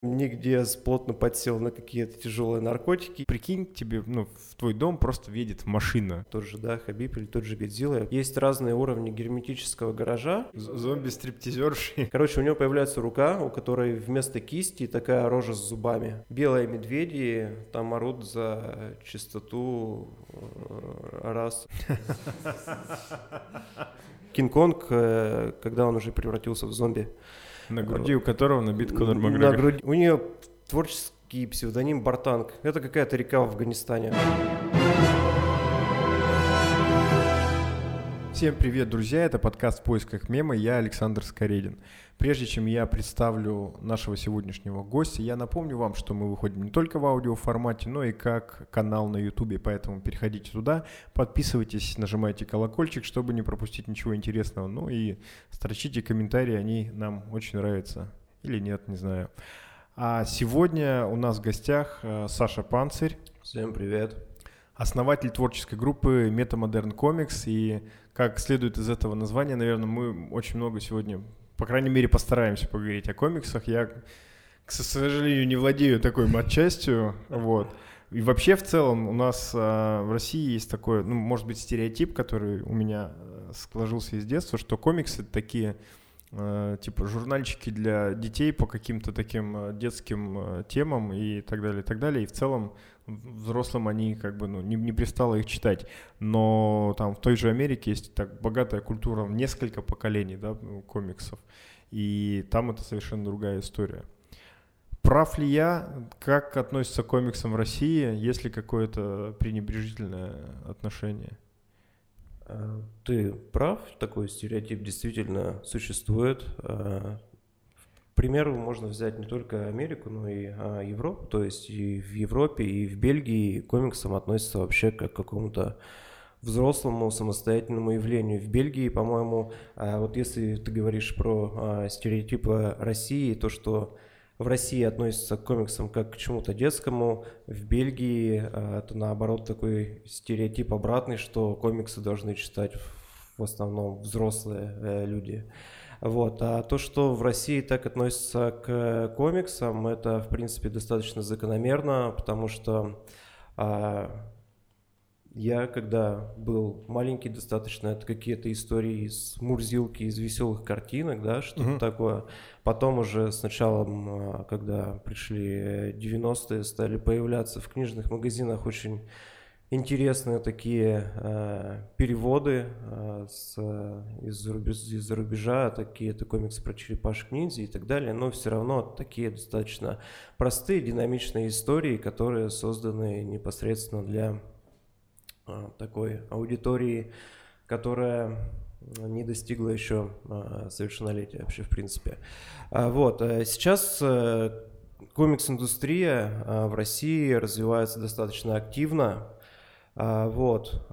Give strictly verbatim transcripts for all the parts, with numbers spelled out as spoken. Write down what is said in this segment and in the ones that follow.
Нигде плотно подсел на какие-то тяжелые наркотики. Прикинь, тебе, ну, в твой дом просто въедет машина. Тот же, да, Хабиб или тот же Годзилла. Есть разные уровни герметического гаража. Зомби-стриптизерши. Короче, у него появляется рука, у которой вместо кисти такая рожа с зубами. Белые медведи там орут за чистоту рас. Кинг-Конг, когда он уже превратился в зомби. На груди у которого набит Конор Макгрегор. На груди. У нее творческий псевдоним Бартанг. Это какая-то река в Афганистане. Всем привет, друзья! Это подкаст «В поисках мема». Я Александр Скоредин. Прежде чем я представлю нашего сегодняшнего гостя, я напомню вам, что мы выходим не только в аудиоформате, но и как канал на YouTube, поэтому переходите туда, подписывайтесь, нажимайте колокольчик, чтобы не пропустить ничего интересного. Ну и строчите комментарии, они нам очень нравятся. Или нет, не знаю. А сегодня у нас в гостях Саша Панцирь. Всем привет. Основатель творческой группы Метамодерн Комикс. И как следует из этого названия, наверное, мы очень много сегодня, по крайней мере, постараемся поговорить о комиксах. Я, к сожалению, не владею такой матчастью. Вот. И вообще, в целом, у нас а, в России есть такой, ну, может быть, стереотип, который у меня сложился из детства, что комиксы — это такие а, типа журнальчики для детей по каким-то таким детским а, темам и так далее, и так далее. И в целом взрослым они как бы ну, не, не пристало их читать. Но там в той же Америке есть так богатая культура, несколько поколений, да, комиксов. И там это совершенно другая история. Прав ли я? Как относятся к комиксам в России? Есть ли какое-то пренебрежительное отношение? Ты прав, такой стереотип действительно существует. К примеру, можно взять не только Америку, но и а, Европу. То есть и в Европе, и в Бельгии к комиксам относятся вообще как к какому-то взрослому самостоятельному явлению. В Бельгии, по-моему, а, вот если ты говоришь про а, стереотипы России, то, что в России относятся к комиксам как к чему-то детскому, в Бельгии а, это наоборот такой стереотип обратный, что комиксы должны читать в основном взрослые э, люди. Вот. А то, что в России так относятся к комиксам, это, в принципе, достаточно закономерно, потому что а, я, когда был маленький достаточно, это какие-то истории из Мурзилки, из веселых картинок, да, что-то uh-huh. такое. Потом уже с началом, когда пришли девяностые, стали появляться в книжных магазинах очень интересные такие э, переводы э, с, из-за рубежа, из-за рубежа, такие-то комиксы про черепашек-ниндзя и так далее, но все равно такие достаточно простые, динамичные истории, которые созданы непосредственно для э, такой аудитории, которая не достигла еще э, совершеннолетия вообще в принципе. А, вот, э, сейчас э, комикс-индустрия э, в России развивается достаточно активно. А, вот.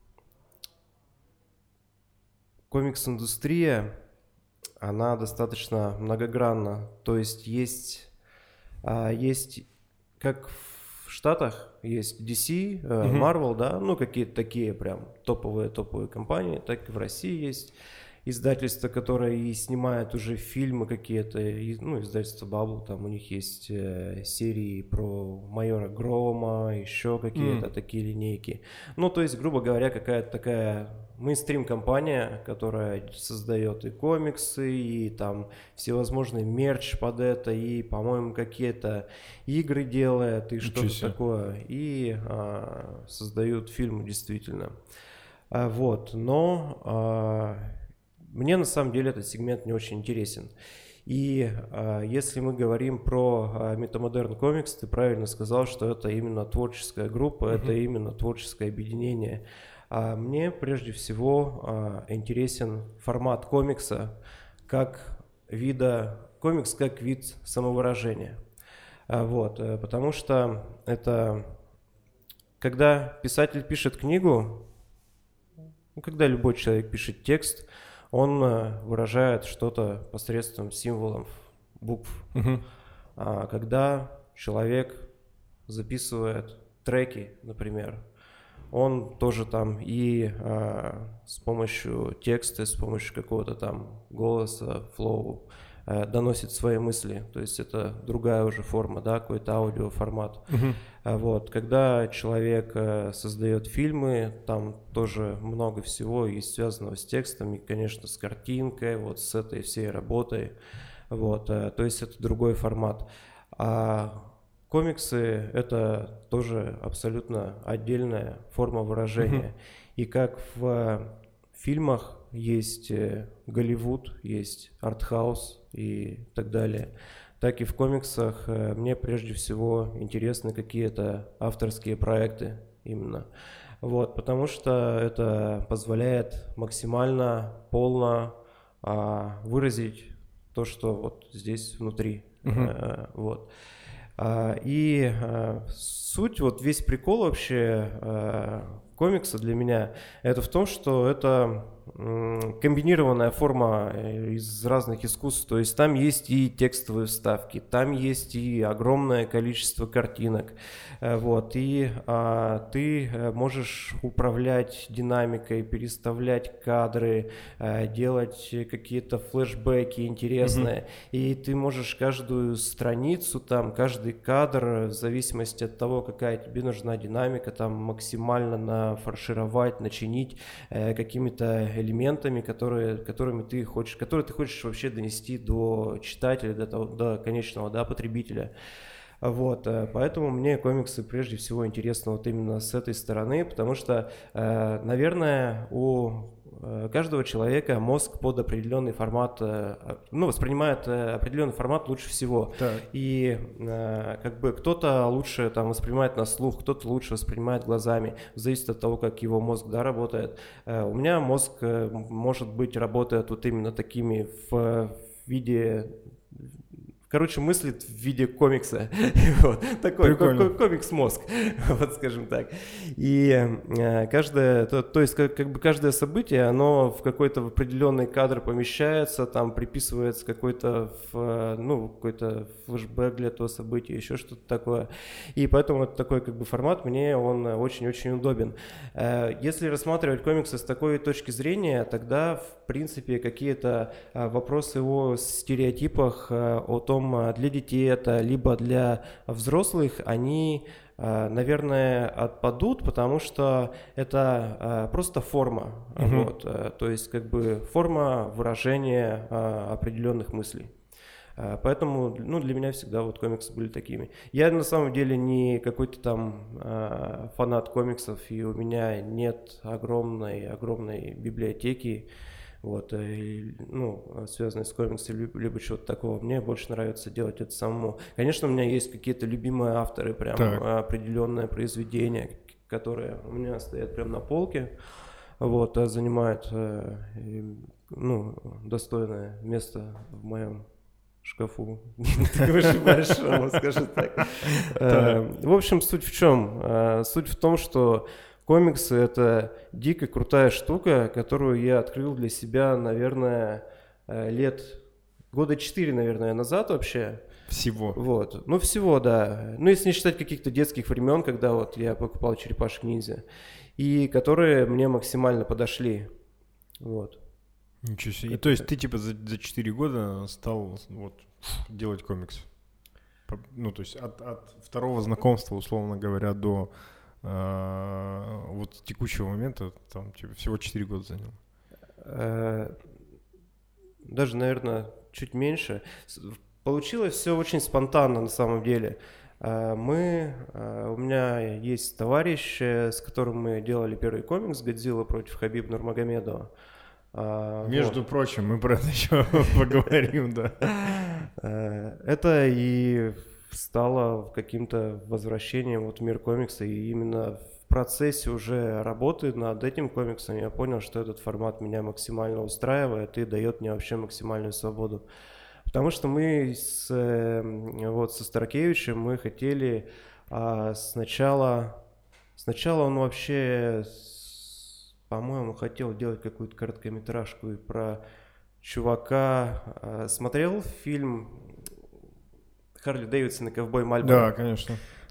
Комикс-индустрия, она достаточно многогранна. То есть есть, а, есть как в Штатах есть ди си, Marvel, uh-huh. да, ну какие-то такие прям топовые топовые компании, так и в России есть издательства, которые и снимают уже фильмы какие-то, ну, издательство Bubble, там у них есть э, серии про майора Грома, еще какие-то mm. такие линейки. Ну, то есть, грубо говоря, какая-то такая мейнстрим-компания, которая создает и комиксы, и там всевозможный мерч под это, и, по-моему, какие-то игры делает, и что-то себе. Такое, и а, создают фильмы действительно. А, вот, но... А, мне на самом деле этот сегмент не очень интересен. И э, если мы говорим про э, Метамодерн Комикс, ты правильно сказал, что это именно творческая группа, mm-hmm. это именно творческое объединение. А мне прежде всего э, интересен формат комикса как вида, комикс как вид самовыражения. А, вот, э, потому что это, когда писатель пишет книгу, ну, когда любой человек пишет текст, он выражает что-то посредством символов, букв. Uh-huh. А когда человек записывает треки, например, он тоже там и а, с помощью текста, с помощью какого-то там голоса, флоу э, доносит свои мысли. То есть это другая уже форма, да, какой-то аудиоформат. Мгм. А Вот. Когда человек э, создает фильмы, там тоже много всего есть связанного с текстом, и, конечно, с картинкой, вот с этой всей работой. Вот. э, То есть это другой формат. А комиксы — это тоже абсолютно отдельная форма выражения. И как в фильмах есть э, Голливуд, есть артхаус и так далее, так и в комиксах э, мне прежде всего интересны какие-то авторские проекты именно. Вот, потому что это позволяет максимально полно а, выразить то, что вот здесь внутри. Мгм. Э, вот. А, И а, суть, вот весь прикол вообще а, комикса для меня, это в том, что это м, комбинированная форма э, из разных искусств. То есть там есть и текстовые вставки, там есть и огромное количество картинок. Э, Вот, и а, ты э, можешь управлять динамикой, переставлять кадры, э, делать какие-то флешбеки интересные. И ты можешь каждую страницу, там, каждый кадр, в зависимости от того, какая тебе нужна динамика, там максимально нафаршировать, начинить э, какими-то элементами, которые, которыми ты хочешь, которые ты хочешь вообще донести до читателя, до, того, до конечного, да, потребителя. Вот, э, поэтому мне комиксы прежде всего интересны вот именно с этой стороны, потому что, э, наверное, у э, каждого человека мозг под определенный формат, э, ну, воспринимает э, определенный формат лучше всего. Так. И э, как бы кто-то лучше там воспринимает на слух, кто-то лучше воспринимает глазами, зависит от того, как его мозг, да, работает. Э, у меня мозг, э, может быть, работает вот именно такими в, в виде... Короче, мыслит в виде комикса. Вот. Такой Прикольно. ко- ко- комикс-мозг, вот скажем так. И э, каждое, то, то есть как, как бы каждое событие, оно в какой-то определенный кадр помещается, там приписывается какой-то, в, ну, какой-то флешбэк для этого события, еще что-то такое. И поэтому вот такой как бы формат мне он очень-очень удобен. Э, если рассматривать комиксы с такой точки зрения, тогда в принципе какие-то э, вопросы о стереотипах, э, о том, для детей это, либо для взрослых, они, э, наверное, отпадут, потому что это э, просто форма, Мгм. вот, э, то есть как бы форма выражения э, определенных мыслей. Э, Поэтому, ну, для меня всегда вот комиксы были такими. Я на самом деле не какой-то там э, фанат комиксов, и у меня нет огромной, огромной библиотеки, вот, э, и, ну, связанной с комиксом, либо, либо чего-то такого. Мне больше нравится делать это самому. Конечно, у меня есть какие-то любимые авторы, прям Так. определенные произведения, к- которые у меня стоят прям на полке, вот, а занимают, э, и, ну, достойное место в моем шкафу, очень большому, скажем так. Э, В общем, суть в чем? Э, Суть в том, что комиксы — это дико крутая штука, которую я открыл для себя, наверное, э, лет года четыре, наверное, назад вообще. Всего. Вот. Ну, всего, да. Ну, если не считать каких-то детских времен, когда вот я покупал черепашек-ниндзя, и которые мне максимально подошли. Вот. Ничего себе. И то есть ты типа за, за четыре года стал вот делать комикс? По- Ну, то есть от, от второго знакомства, условно говоря, до э, вот текущего момента, там типа всего четыре года занял. Э, Даже, наверное, чуть меньше. С- Получилось все очень спонтанно на самом деле. Э, Мы, э, у меня есть товарищ, э, с которым мы делали первый комикс «Годзилла против Хабиба Нурмагомедова». А, Между вот. прочим, мы про это еще поговорим, да. Э, Это и стало каким-то возвращением вот в мир комикса, и именно в процессе уже работы над этим комиксом я понял, что этот формат меня максимально устраивает и дает мне вообще максимальную свободу. Потому что мы с, э, вот со Старкевичем мы хотели а, сначала, сначала он вообще, с- по-моему, хотел делать какую-то короткометражку и про чувака. а, Смотрел фильм Харли Дэвидсон и Ковбой Мальборо? Да, конечно.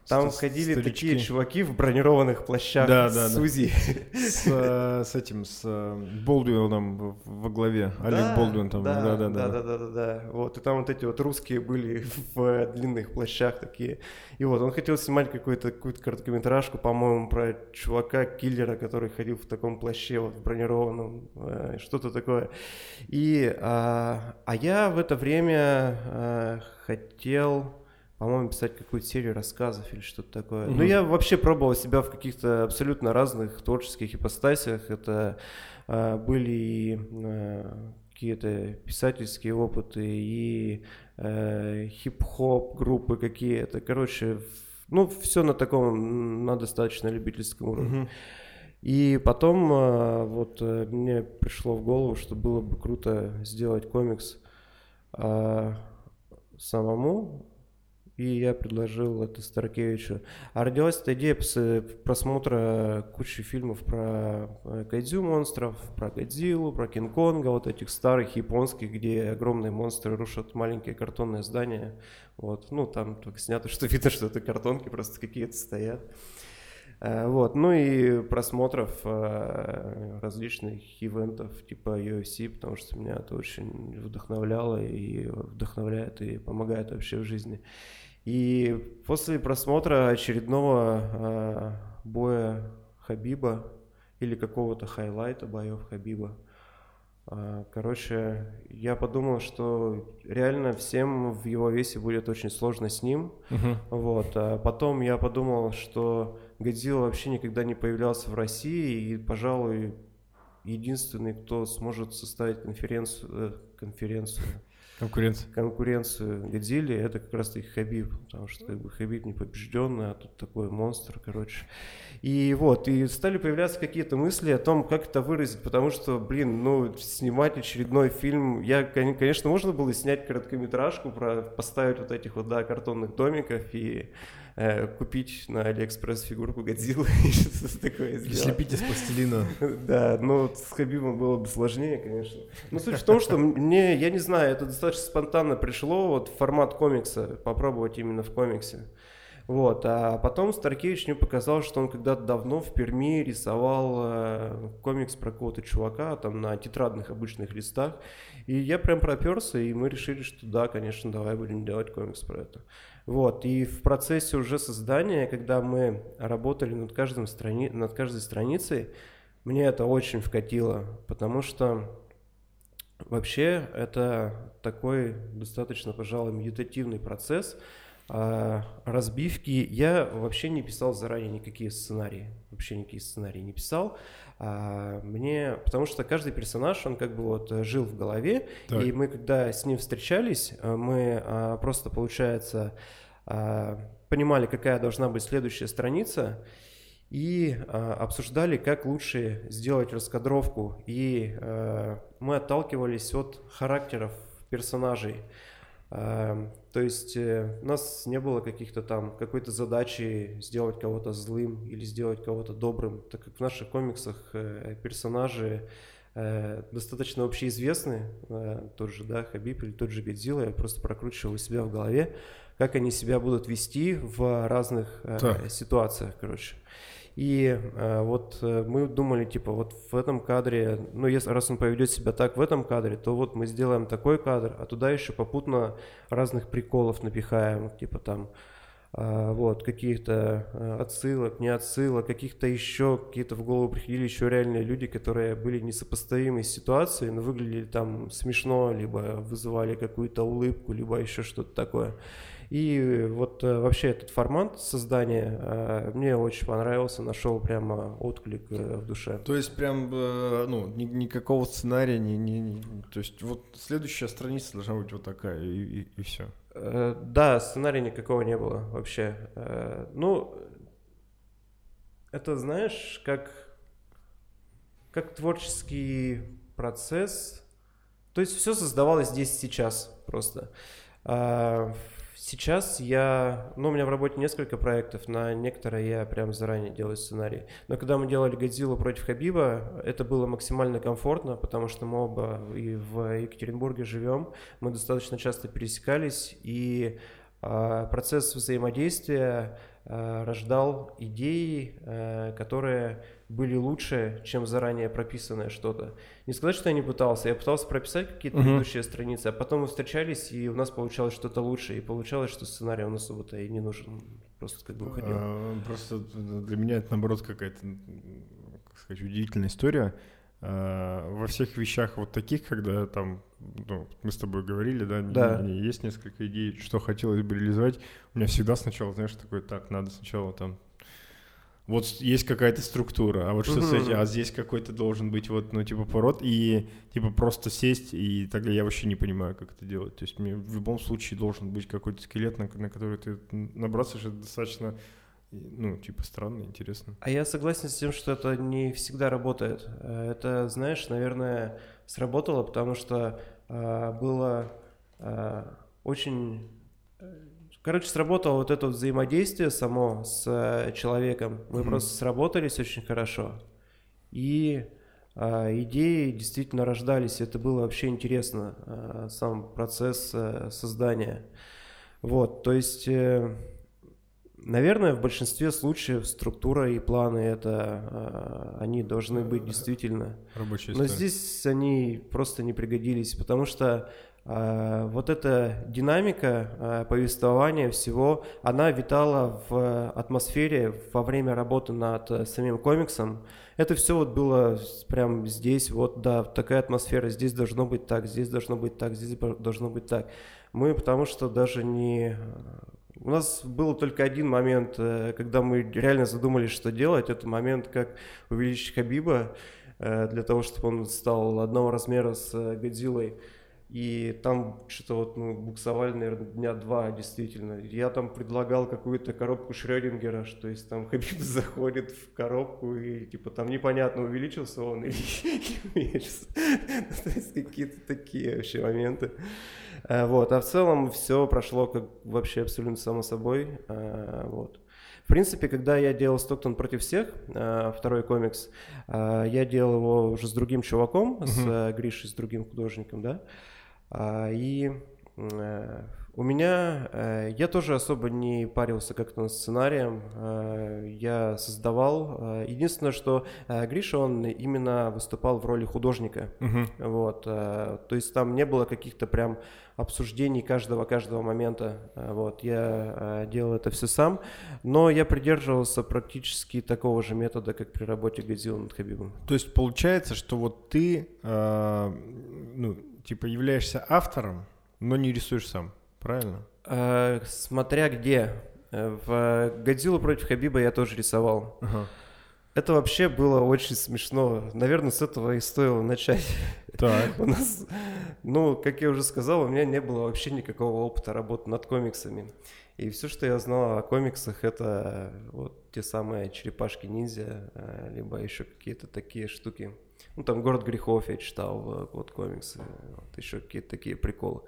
Там С- ходили старички. такие чуваки в бронированных плащах Да, с да, да. Узи. С, э, с этим, с э, Болдуином в- во главе. Олег Да, Болдуин там. да, Да, да, да, да. да, да, да, да. Вот, и там вот эти вот русские были в длинных плащах такие. И вот он хотел снимать какую-то, какую-то короткометражку, по-моему, про чувака-киллера, который ходил в таком плаще, вот в бронированном, э, что-то такое. И, а, а я в это время э, хотел, по-моему, писать какую-то серию рассказов или что-то такое. Мгм. Ну, я вообще пробовал себя в каких-то абсолютно разных творческих ипостасях. Это э, были и э, какие-то писательские опыты, и э, хип-хоп группы какие-то. Короче, в- ну, все на таком, м, на достаточно любительском уровне. Мгм. И потом э, вот э, мне пришло в голову, что было бы круто сделать комикс э, самому, и я предложил это Старкевичу. А родилась эта идея после просмотра кучи фильмов про э, кайдзю монстров, про Годзиллу, про Кинг-Конга, вот этих старых японских, где огромные монстры рушат маленькие картонные здания. Вот. Ну, там только снято, что видно, что это картонки просто какие-то стоят. Э, Вот, ну и просмотров э, различных ивентов типа ю эф си, потому что меня это очень вдохновляло и вдохновляет и помогает вообще в жизни. И после просмотра очередного э, боя Хабиба или какого-то хайлайта боев Хабиба, э, короче, я подумал, что реально всем в его весе будет очень сложно с ним. Мгм. Вот. А потом я подумал, что Годзилла вообще никогда не появлялся в России, и, пожалуй, единственный, кто сможет составить конференцию, э, конференцию, Конкуренция. конкуренцию Годзилле, это как раз-таки Хабиб, потому что как бы Хабиб непобежденный, а тут такой монстр, короче. И вот, и стали появляться какие-то мысли о том, как это выразить, потому что, блин, ну, снимать очередной фильм, я, кон- конечно, можно было снять короткометражку, про, поставить вот этих вот, да, картонных домиков и э, купить на Алиэкспресс фигурку Годзиллы и что-то такое И сделать. слепить из пластилина. Да, но с Хабибом было бы сложнее, конечно. Но суть в том, что мне, я не знаю, это достаточно спонтанно пришло, вот формат комикса, попробовать именно в комиксе. Вот, а потом Старкевич мне показал, что он когда-то давно в Перми рисовал э, комикс про какого-то чувака, там на тетрадных обычных листах. И я прям проперся, и мы решили, что да, конечно, давай будем делать комикс про это. Вот, и в процессе уже создания, когда мы работали над, каждым страни... над каждой страницей, мне это очень вкатило, потому что вообще это такой достаточно, пожалуй, медитативный процесс а, разбивки. Я вообще не писал заранее никакие сценарии, вообще никакие сценарии не писал. А, мне, потому что каждый персонаж, он как бы вот жил в голове, Так. и мы когда с ним встречались, мы а, просто, получается, а, понимали, какая должна быть следующая страница, и а, обсуждали, как лучше сделать раскадровку. И а, мы отталкивались от характеров персонажей. А, то есть э, у нас не было каких-то там какой-то задачи сделать кого-то злым или сделать кого-то добрым, так как в наших комиксах э, персонажи э, достаточно общеизвестны, э, тот же, да, Хабиб или тот же Годзилла, я просто прокручивал у себя в голове, как они себя будут вести в разных э, Так. ситуациях, короче. И э, вот э, мы думали, типа, вот в этом кадре, ну, если, раз он поведет себя так в этом кадре, то вот мы сделаем такой кадр, а туда еще попутно разных приколов напихаем, типа там, э, вот, каких-то э, отсылок, не отсылок, каких-то еще, какие-то в голову приходили еще реальные люди, которые были несопоставимы с ситуацией, но выглядели там смешно, либо вызывали какую-то улыбку, либо еще что-то такое. И вот э, вообще этот формат создания э, мне очень понравился, нашел прямо отклик э, в душе. То есть прям, э, ну, ни- никакого сценария, ни, ни- ни- то есть вот следующая страница должна быть вот такая, и, и, все. Э, да, сценария никакого не было вообще. Э, ну, это, знаешь, как, как творческий процесс. То есть все создавалось здесь и сейчас просто. А, Сейчас я, ну, у меня в работе несколько проектов, на некоторые я прям заранее делаю сценарий. Но когда мы делали Годзиллу против Хабиба, это было максимально комфортно, потому что мы оба и в Екатеринбурге живем, мы достаточно часто пересекались, и процесс взаимодействия рождал идеи, которые были лучше, чем заранее прописанное что-то. Не сказать, что я не пытался, я пытался прописать какие-то uh-huh. предыдущие страницы, а потом мы встречались, и у нас получалось что-то лучше, и получалось, что сценарий у нас особо-то и не нужен, просто как бы уходил. Uh, просто для меня это, наоборот, какая-то, как сказать, удивительная история. Uh, во всех вещах вот таких, когда там, ну, мы с тобой говорили, да, да. Не, не, есть несколько идей, что хотелось бы реализовать, у меня всегда сначала, знаешь, такой, так, надо сначала там, вот есть какая-то структура, а вот что uh-huh. с этим, а здесь какой-то должен быть вот, ну, типа, пород, и, типа, просто сесть, и тогда я вообще не понимаю, как это делать, то есть мне в любом случае должен быть какой-то скелет, на, на который ты набрасываешь, это достаточно... Ну, типа, странно, интересно. А я согласен с тем, что это не всегда работает. Это, знаешь, наверное, сработало, потому что э, было э, очень... Короче, сработало вот это взаимодействие само с э, человеком. Мы mm-hmm. просто сработались очень хорошо. И э, идеи действительно рождались. Это было вообще интересно, э, сам процесс э, создания. Вот, то есть... Э, Наверное, в большинстве случаев структура и планы это э, они должны быть действительно. Рабочая Но история. Здесь они просто не пригодились, потому что э, вот эта динамика э, повествования всего, она витала в атмосфере во время работы над э, самим комиксом. Это все вот было прям здесь, вот, да, такая атмосфера, здесь должно быть так, здесь должно быть так, здесь должно быть так. Мы потому что даже не... У нас был только один момент, когда мы реально задумались, что делать. Это момент, как увеличить Хабиба для того, чтобы он стал одного размера с Годзиллой. И там что-то вот, ну, буксовали, наверное, дня два, действительно. Я там предлагал какую-то коробку Шрёдингера, что есть там Хабиб заходит в коробку, и типа там непонятно, увеличился он или не увеличился. То есть какие-то такие вообще моменты. Вот, а в целом все прошло как вообще абсолютно само собой. Вот. В принципе, когда я делал «Стоктон против всех», второй комикс, я делал его уже с другим чуваком, uh-huh. с Гришей, с другим художником, да. И у меня, я тоже особо не парился как-то над сценарием, я создавал. Единственное, что Гриша, он именно выступал в роли художника. Uh-huh. Вот, то есть там не было каких-то прям обсуждений каждого-каждого момента. Вот, я делал это все сам, но я придерживался практически такого же метода, как при работе Годзиллы над Хабибом. То есть получается, что вот ты, э, ну, типа являешься автором, но не рисуешь сам, правильно? Э, смотря где. В Годзиллу против Хабиба я тоже рисовал. Ага. Это вообще было очень смешно. Наверное, с этого и стоило начать. Так. У нас, ну, как я уже сказал, у меня не было вообще никакого опыта работы над комиксами. И все, что я знал о комиксах, это вот те самые черепашки-ниндзя, либо еще какие-то такие штуки. Ну, там «Город грехов» я читал, вот комиксы, вот, еще какие-то такие приколы.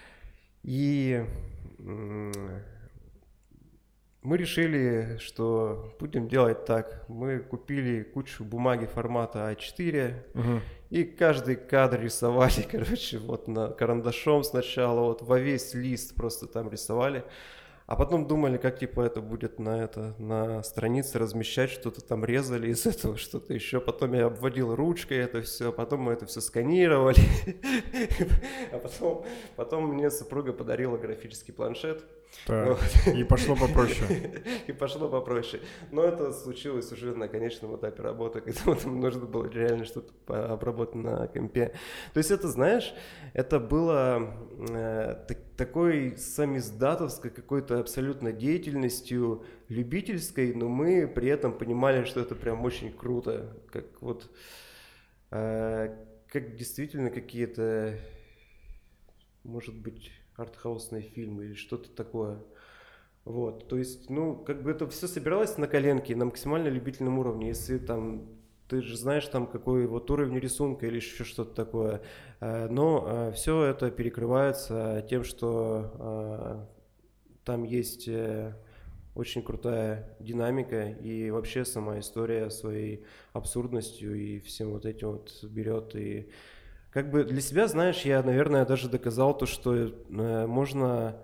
И мы решили, что будем делать так. Мы купили кучу бумаги формата а четыре, угу. и каждый кадр рисовали, короче, вот на карандашом сначала, вот во весь лист просто там рисовали. А потом думали, как типа это будет на, это, на странице размещать, что-то там резали из этого, что-то еще. Потом я обводил ручкой это все, потом мы это все сканировали. А потом, потом мне супруга подарила графический планшет. Так, вот. И пошло попроще. И пошло попроще. Но это случилось уже на конечном этапе работы, когда там нужно было реально что-то обработать на компе. То есть это, знаешь, это было э, так, такой самиздатовской какой-то абсолютно деятельностью, любительской, но мы при этом понимали, что это прям очень круто. Как вот, э, как действительно какие-то, может быть, артхаусные фильмы или что-то такое. Вот, то есть, ну, как бы это все собиралось на коленке на максимально любительном уровне. Если там, ты же знаешь, там, какой вот уровень рисунка или еще что-то такое. Но все это перекрывается тем, что там есть очень крутая динамика и вообще сама история своей абсурдностью и всем вот этим вот берет. И как бы для себя, знаешь, я, наверное, даже доказал то, что можно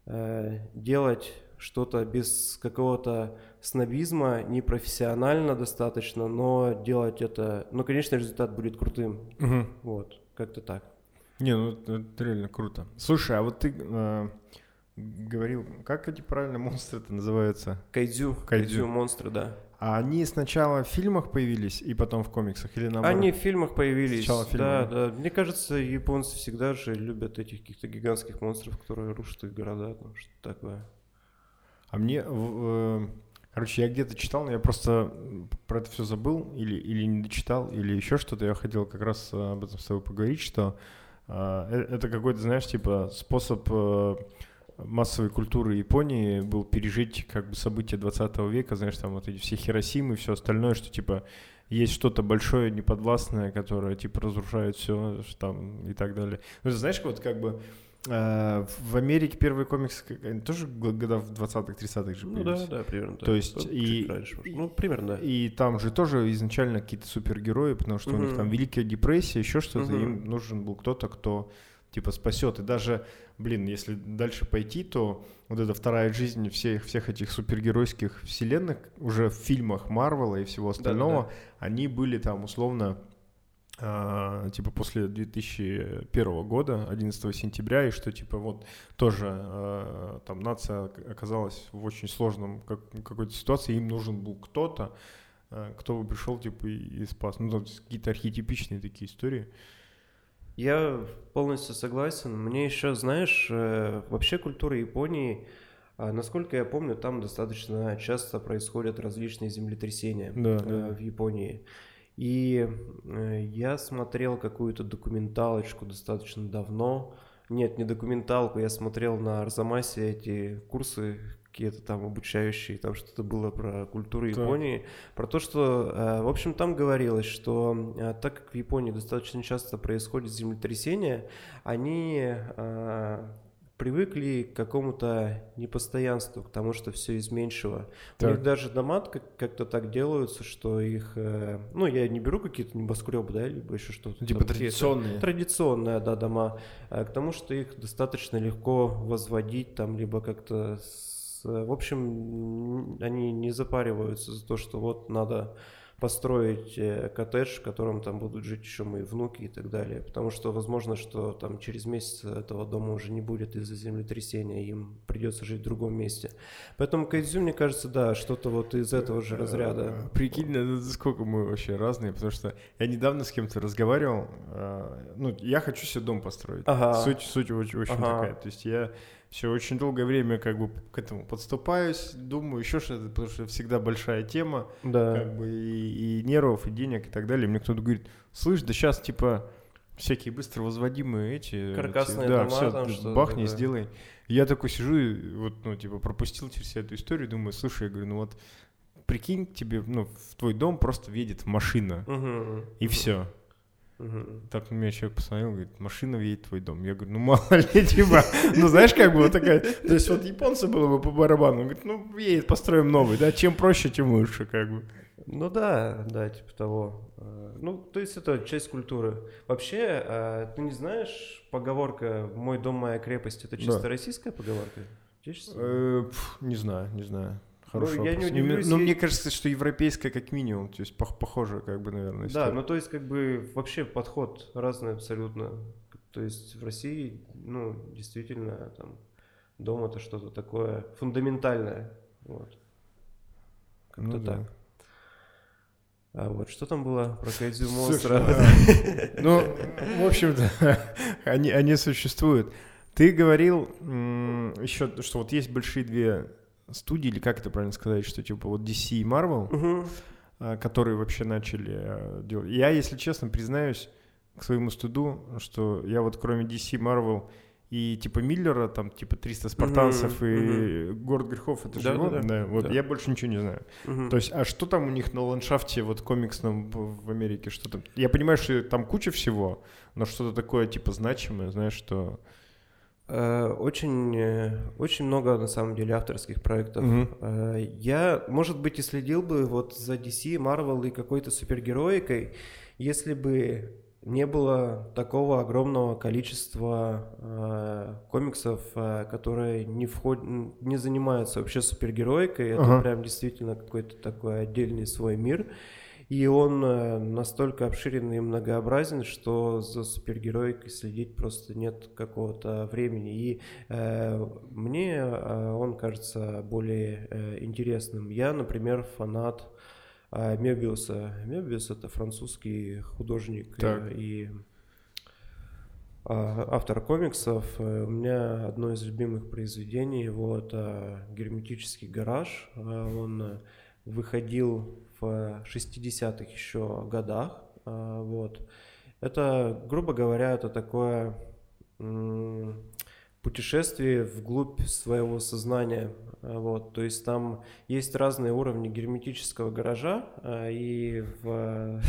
э, делать что-то без какого-то снобизма, непрофессионально достаточно, но делать это, ну, конечно, результат будет крутым. Угу. Вот, как-то так. Не, ну это, это реально круто. Слушай, а вот ты э, говорил, как эти правильно монстры-то называются? Кайдзю, Кайдзю. кайдзю монстры, да. А они сначала в фильмах появились и потом в комиксах? Или наоборот? Они в фильмах появились. Сначала фильмы, да, да? да. Мне кажется, японцы всегда же любят этих каких-то гигантских монстров, которые рушат их города, там что-то такое. А мне, э, короче, я где-то читал, но я просто про это все забыл или, или не дочитал, или еще что-то. Я хотел как раз об этом с тобой поговорить, что э, это какой-то, знаешь, типа способ э, массовой культуры Японии был пережить как бы события двадцатого века, знаешь, там вот эти все Хиросимы и все остальное, что типа есть что-то большое, неподвластное, которое типа разрушает все там и так далее. Ну, ты знаешь, вот как бы э, в Америке первые комиксы они тоже года в двадцатых, тридцатых же появились. Ну да, да, примерно. То да. есть Чуть и, раньше, ну, примерно, да. И там же тоже изначально какие-то супергерои, потому что Угу. у них там Великая депрессия, еще что-то, Угу. им нужен был кто-то, кто типа спасет. И даже, блин, если дальше пойти, то вот эта вторая жизнь всех, всех этих супергеройских вселенных уже в фильмах Марвела и всего остального, Да-да-да. они были там условно э, типа после две тысячи первого года, одиннадцатого сентября, и что типа вот тоже э, там нация оказалась в очень сложном как, какой-то ситуации, им нужен был кто-то, э, кто бы пришел типа и, и спас. Ну, там какие-то архетипичные такие истории. Я полностью согласен. Мне еще, знаешь, э, вообще культура Японии, а, насколько я помню, там достаточно часто происходят различные землетрясения Да, э, да. в Японии. И э, я смотрел какую-то документалочку достаточно давно. Нет, не документалку, я смотрел на Арзамасе эти курсы какие-то там обучающие, там что-то было про культуру Так. Японии, про то, что, э, в общем, там говорилось, что э, так как в Японии достаточно часто происходит землетрясение, они э, привыкли к какому-то непостоянству, к тому, что все изменчиво. У Так. них даже дома как- как-то так делаются, что их, э, ну, я не беру какие-то небоскребы, да, либо еще что-то. Типа там какие-то традиционные. Традиционные, да, дома, э, к тому, что их достаточно легко возводить там, либо как-то, с- в общем, они не запариваются за то, что вот надо построить э, коттедж, в котором там будут жить еще мои внуки и так далее, потому что возможно, что там через месяц этого дома уже не будет из-за землетрясения, им придется жить в другом месте. Поэтому кайдзю, мне кажется, да, что-то вот из этого же разряда. Прикинь, это сколько мы вообще разные, потому что я недавно с кем-то разговаривал, э, ну, я хочу себе дом построить. Ага. Суть, суть очень, очень Ага. такая, то есть я все очень долгое время как бы к этому подступаюсь, думаю еще что-то, потому что всегда большая тема, Да. как бы и, и нервов, и денег, и так далее. Мне кто-то говорит, слышь, да сейчас типа всякие быстро возводимые эти... Каркасные эти, да, дома, всё, там ты что-то бахни, такое. сделай. И я такой сижу и вот, ну, типа, пропустил через всю эту историю, думаю, слушай, я говорю, ну вот прикинь, тебе, ну, в твой дом просто въедет машина, Мгм. и все. Мгм. Так на меня человек посмотрел, говорит, машина въедет в твой дом. Я говорю, ну мало ли, типа, ну знаешь, как бы вот такая, то есть вот японцы было бы по барабану, он говорит, ну въедет, построим новый, да, чем проще, тем лучше, как бы. Ну да, да, типа того. Э, Ну, то есть это часть культуры. Вообще, э, ты не знаешь, поговорка «мой дом, моя крепость» — это чисто Да. российская поговорка? Отечественная? Э, пф, Не знаю, не знаю. Хороший Ну, я не вопрос. удивлюсь, Но и- мне кажется, что европейская как минимум, то есть пох- похожая, как бы, наверное, Да, история. ну то есть как бы вообще подход разный абсолютно. То есть в России, ну, действительно, там, дом — это что-то такое фундаментальное. Вот. Как-то Ну да. так. А вот что там было про кайдзю Слушай, монстра? а, ну, в общем-то, они, они существуют. Ты говорил м, еще, что вот есть большие две студии, или как это правильно сказать, что типа вот ди си и Marvel, Мгм. а, которые вообще начали а, делать. Я, если честно, признаюсь к своему стыду, что я вот кроме ди си, Marvel и типа Миллера, там типа триста спартанцев Мгм, и Город грехов, это же Да, его? да, да. вот Да. я больше ничего не знаю. Мгм. То есть, а что там у них на ландшафте вот комиксном в, в Америке, что там? Я понимаю, что там куча всего, но что-то такое типа значимое, знаешь, что... Э, Очень, э, очень много, на самом деле, авторских проектов. Мгм. Э, Я, может быть, и следил бы вот за ди си, Marvel и какой-то супергероикой, если бы не было такого огромного количества э, комиксов, э, которые не входят, не занимаются вообще супергероикой. Это Ага. прям действительно какой-то такой отдельный свой мир. И он э, настолько обширен и многообразен, что за супергероикой следить просто нет какого-то времени. И э, мне э, он кажется более э, интересным. Я, например, фанат э, Мёбиуса. Мёбиус — это французский художник Так. и э, автор комиксов. У меня одно из любимых произведений его — это «Герметический гараж». Он выходил в шестидесятых еще годах. Вот. Это, грубо говоря, это такое м, путешествие вглубь своего сознания. Вот. То есть там есть разные уровни герметического гаража, и в...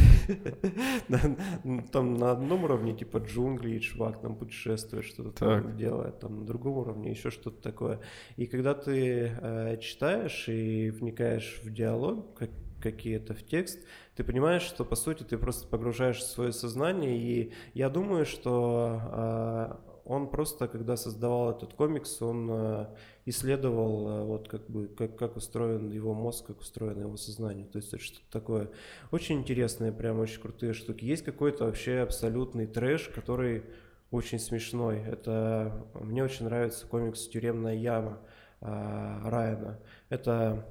там на одном уровне типа джунгли, и чувак там путешествует, что-то там делает, там на другом уровне еще что-то такое. И когда ты э, читаешь и вникаешь в диалог, как какие-то в текст, ты понимаешь, что по сути ты просто погружаешь в свое сознание, и я думаю, что э, он просто, когда создавал этот комикс, он э, исследовал э, вот как бы как, как устроен его мозг, как устроено его сознание. То есть это что-то такое очень интересное, прям очень крутые штуки. Есть какой-то вообще абсолютный трэш, который очень смешной. Это мне очень нравится комикс «Тюремная яма» э, Райана. Это,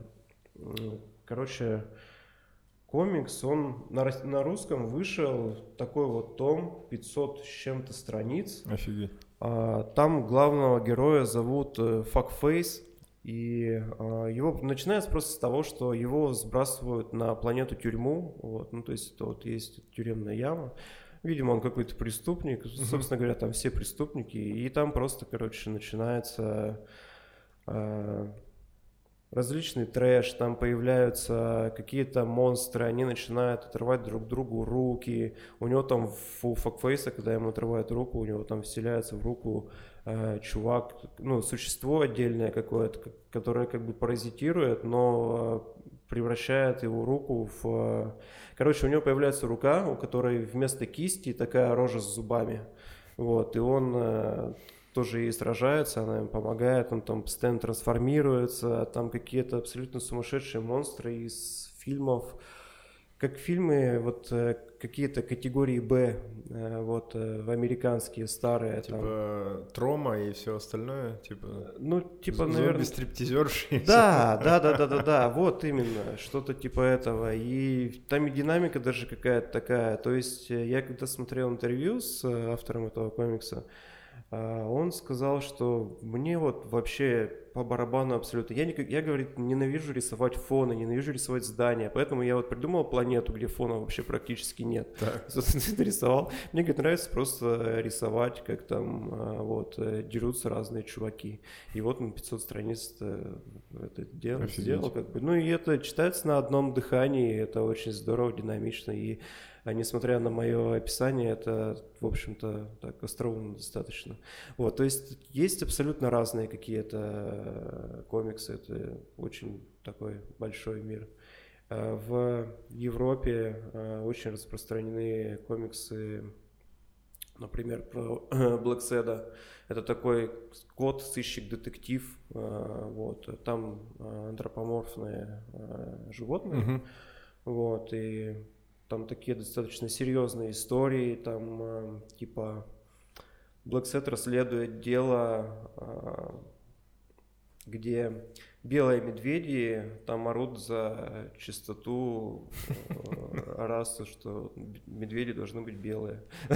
короче, комикс, он на, на русском вышел, такой вот том, пятьсот с чем-то страниц. Офигеть. А, там главного героя зовут Fuckface, и а, его начинается просто с того, что его сбрасывают на планету-тюрьму, вот, ну то есть это вот есть тюремная яма. Видимо, он какой-то преступник, mm-hmm. собственно говоря, там все преступники, и там просто, короче, начинается... А, различный трэш, там появляются какие-то монстры, они начинают отрывать друг другу руки. У него там у Факфейса, когда ему отрывают руку, у него там вселяется в руку э, чувак, ну, существо отдельное какое-то, которое как бы паразитирует, но э, превращает его руку в... Короче, у него появляется рука, у которой вместо кисти такая рожа с зубами. Вот, и он... Э, тоже ей сражается, она им помогает, он там постоянно трансформируется, там какие-то абсолютно сумасшедшие монстры из фильмов, как фильмы, вот какие-то категории Б, вот американские старые. Типа там. Трома и все остальное, типа. Ну, типа, наверное. Стриптизерши. Да, да, да, да, да, да, вот именно, что-то типа этого. И там и динамика даже какая-то такая. То есть я когда смотрел интервью с автором этого комикса, он сказал, что мне вот вообще по барабану абсолютно. Я, не, я, говорит, ненавижу рисовать фоны, ненавижу рисовать здания, поэтому я вот придумал планету, где фона вообще практически нет. Собственно, рисовал. Мне, говорит, нравится просто рисовать, как там вот дерутся разные чуваки. И вот он пятьсот страниц это делал, сделал, как бы. Ну и это читается на одном дыхании, это очень здорово, динамично. И А несмотря на мое описание, это, в общем-то, так остроумно достаточно. Вот, то есть есть абсолютно разные какие-то комиксы, это очень такой большой мир. В Европе очень распространены комиксы, например, про Блэкседа. Это такой кот, сыщик, детектив. Вот, там антропоморфные животные. Mm-hmm. Вот, и там такие достаточно серьезные истории, там э, типа Блэксед расследует дело, э, где белые медведи там орут за чистоту э, расы, что медведи должны быть белые.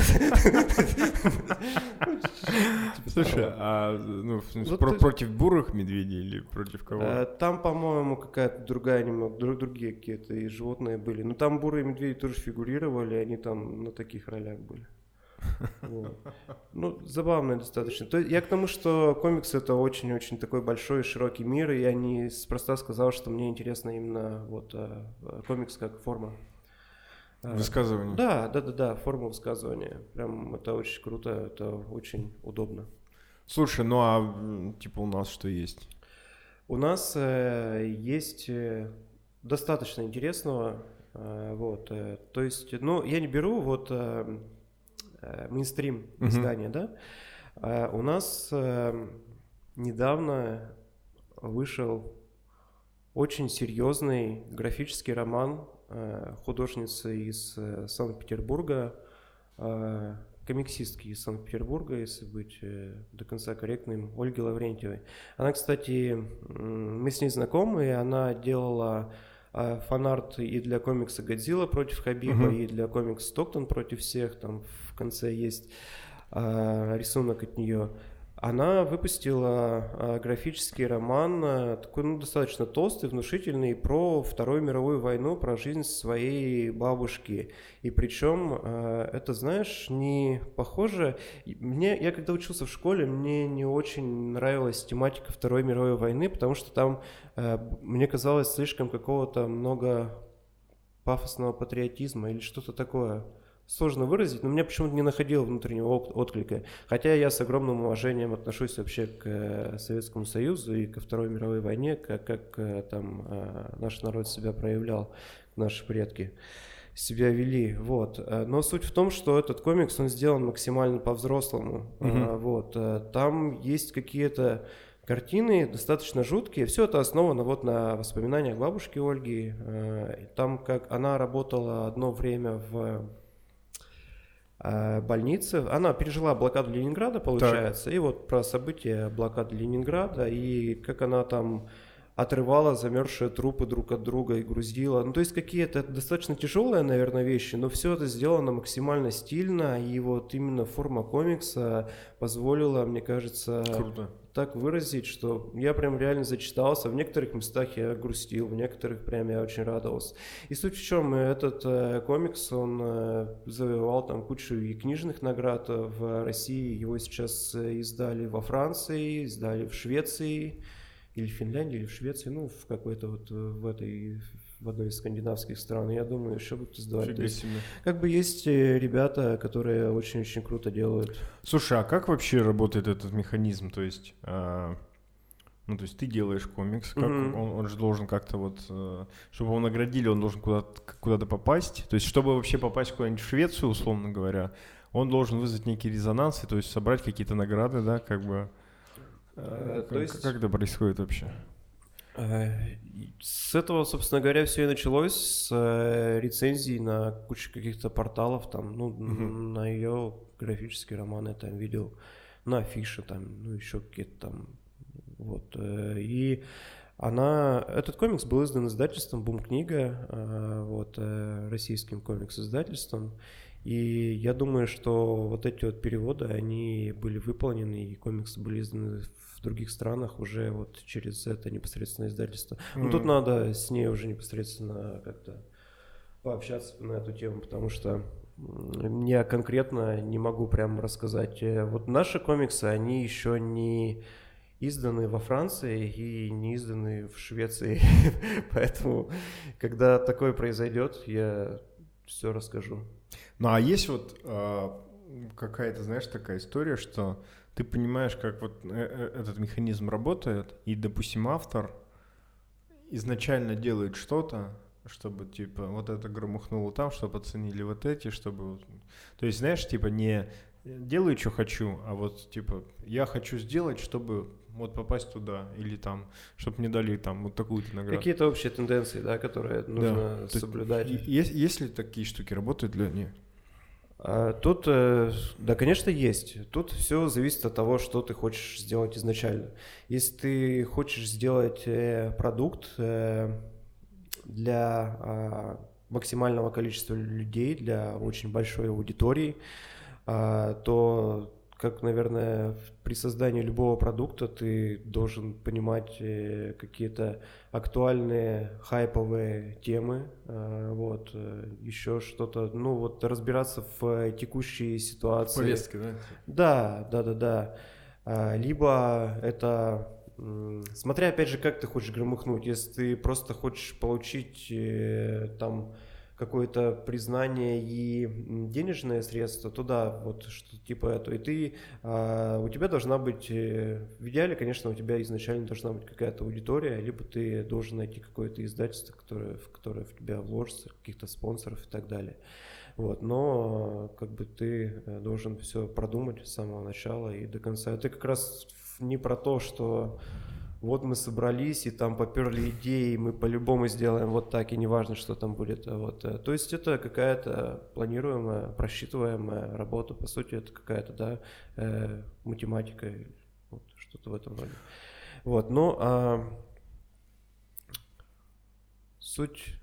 Слушай, а ну, против бурых медведей или против кого? Там, по-моему, какая-то другая немного, другие какие-то и животные были. Но там бурые медведи тоже фигурировали, они там на таких ролях были. Вот. Ну, забавно достаточно. То есть я к тому, что комикс — это очень-очень такой большой и широкий мир, и я неспроста сказал, что мне интересно именно вот а, комикс как форма. Высказывания. Да, да, да, да, форма высказывания. Прям это очень круто, это очень удобно. Слушай, ну а типа у нас что есть? У нас э, есть э, достаточно интересного. Э, вот, э, то есть, ну, я не беру вот... Э, мейнстрим Мгм. издания, да. А у нас э, недавно вышел очень серьезный графический роман э, художницы из э, Санкт-Петербурга, э, комиксистки из Санкт-Петербурга, если быть э, до конца корректным, Ольги Лаврентьевой. Она, кстати, м, мы с ней знакомы, и она делала э, фан-арт и для комикса «Годзилла против Хабиба», Мгм. и для комикса «Стоктон против всех». Там в конце есть э, рисунок от нее. Она выпустила э, графический роман, э, такой, ну, достаточно толстый, внушительный, про Вторую мировую войну, про жизнь своей бабушки. И причем э, это, знаешь, не похоже. И Мне, я когда учился в школе, мне не очень нравилась тематика Второй мировой войны, потому что там э, мне казалось слишком какого-то много пафосного патриотизма или что-то такое. Сложно выразить, но меня почему-то не находило внутреннего от- отклика. Хотя я с огромным уважением отношусь вообще к э, Советскому Союзу и ко Второй мировой войне, как, как э, там э, наш народ себя проявлял, наши предки себя вели, вот. Э, Но суть в том, что этот комикс, он сделан максимально по-взрослому, Мгм. Э, вот. Э, Там есть какие-то картины достаточно жуткие. Все это основано вот на воспоминаниях бабушки Ольги. Э, Там как она работала одно время в э, больнице. Она пережила блокаду Ленинграда, получается, и вот про события блокады Ленинграда, и как она там отрывала замерзшие трупы друг от друга и грузила. Ну, то есть какие-то достаточно тяжелые, наверное, вещи, но все это сделано максимально стильно, и вот именно форма комикса позволила, мне кажется, Круто. так выразить, что я прям реально зачитался. В некоторых местах я грустил, в некоторых прям я очень радовался. И суть в чем, этот э, комикс, он э, завоевал там кучу и книжных наград в России. Его сейчас э, издали во Франции, издали в Швеции, или в Финляндии, или в Швеции, ну, в какой-то вот э, в этой, в одной из скандинавских стран. Я думаю, еще будут издавать. То Фига есть, себе. как бы есть э, ребята, которые очень-очень круто делают. Слушай, а как вообще работает этот механизм? То есть, а, ну, то есть ты делаешь комикс, как Мгм. он, он же должен как-то вот, э, чтобы его наградили, он должен куда-то, куда-то попасть. То есть, чтобы вообще попасть куда-нибудь в Швецию, условно говоря, он должен вызвать некий резонанс, и, то есть собрать какие-то награды, да, как бы. Э, Как, то есть- как это происходит вообще? Э, и С этого, собственно говоря, все и началось, с э, рецензий на кучу каких-то порталов, там, ну, Мгм. на ее графические романы я там видел, на афише там, ну, еще какие-то там, вот. э, И она, этот комикс был издан издательством «Бум-книга», э, вот, э, российским комикс-издательством, и я думаю, что вот эти вот переводы, они были выполнены, и комиксы были изданы в других странах уже вот через это непосредственно издательство. Ну, тут Мгм. надо с ней уже непосредственно как-то пообщаться на эту тему, потому что м, я конкретно не могу прям рассказать. Э, Вот наши комиксы, они еще не изданы во Франции и не изданы в Швеции. Поэтому, когда такое произойдет, я все расскажу. Ну, а есть вот а, какая-то, знаешь, такая история, что ты понимаешь, как вот э- э- этот механизм работает, и, допустим, автор изначально делает что-то, чтобы, типа, вот это громыхнуло там, чтобы оценили вот эти, чтобы... вот- То есть, знаешь, типа, не делаю, что хочу, а вот, типа, я хочу сделать, чтобы вот попасть туда, или там, чтобы мне дали там вот такую-то награду. Какие-то общие тенденции, да, которые нужно То есть соблюдать. е- Есть, есть ли такие штуки, работают ли они? А, Тут, э, да, конечно, есть. Тут все зависит от того, что ты хочешь сделать изначально. Если ты хочешь сделать э, продукт э, для а, максимального количества людей, для очень большой аудитории, а, то, как, наверное, в- при создании любого продукта ты должен понимать э, какие-то актуальные хайповые темы, а, вот, э, еще что-то, ну вот разбираться в текущей ситуации. Повестки, да? Да, да, да, да. А, Либо это, м, смотря опять же, как ты хочешь громыхнуть. Если ты просто хочешь получить э, там какое-то признание и денежные средства, то да, вот что типа это. И ты, а, у тебя должна быть, в идеале, конечно, у тебя изначально должна быть какая-то аудитория, либо ты должен найти какое-то издательство, которое, в которое в тебя вложится, каких-то спонсоров и так далее. Вот, но как бы ты должен все продумать с самого начала и до конца. Это как раз не про то, что вот мы собрались и там поперли идеи, мы по-любому сделаем вот так, и неважно, что там будет. Вот. То есть это какая-то планируемая, просчитываемая работа, по сути, это какая-то, да, э, математика, вот, что-то в этом роде. Вот, ну, а суть...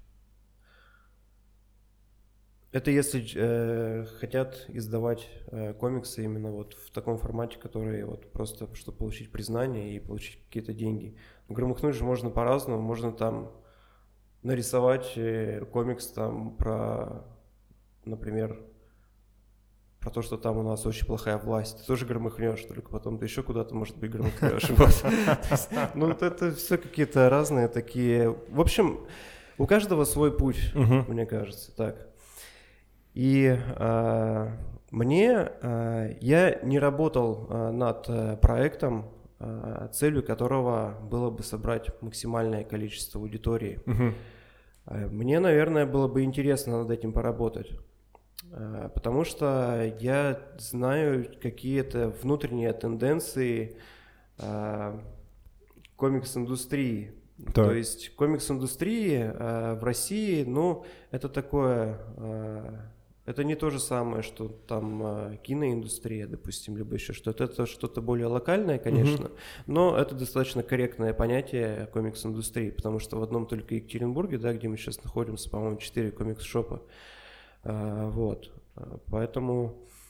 Это если э, хотят издавать э, комиксы именно вот в таком формате, который вот просто, чтобы получить признание и получить какие-то деньги. Но громыхнуть же можно по-разному. Можно там нарисовать э, комикс там про, например, про то, что там у нас очень плохая власть. Ты тоже громыхнешь, только потом ты еще куда-то, может быть, громыхнешь. Ну, это все какие-то разные такие. В общем, у каждого свой путь, мне кажется, так. И э, мне, э, я не работал э, над э, проектом, э, целью которого было бы собрать максимальное количество аудитории. Uh-huh. Э, мне, наверное, было бы интересно над этим поработать, э, потому что я знаю какие-то внутренние тенденции э, комикс-индустрии. Так. То есть комикс-индустрии э, в России, ну, это такое... Э, Это не то же самое, что там э, киноиндустрия, допустим, либо еще что-то. Это что-то более локальное, конечно, mm-hmm. но это достаточно корректное понятие комикс-индустрии, потому что в одном только Екатеринбурге, да, где мы сейчас находимся, по-моему, четыре комикс-шопа. Э, вот. Поэтому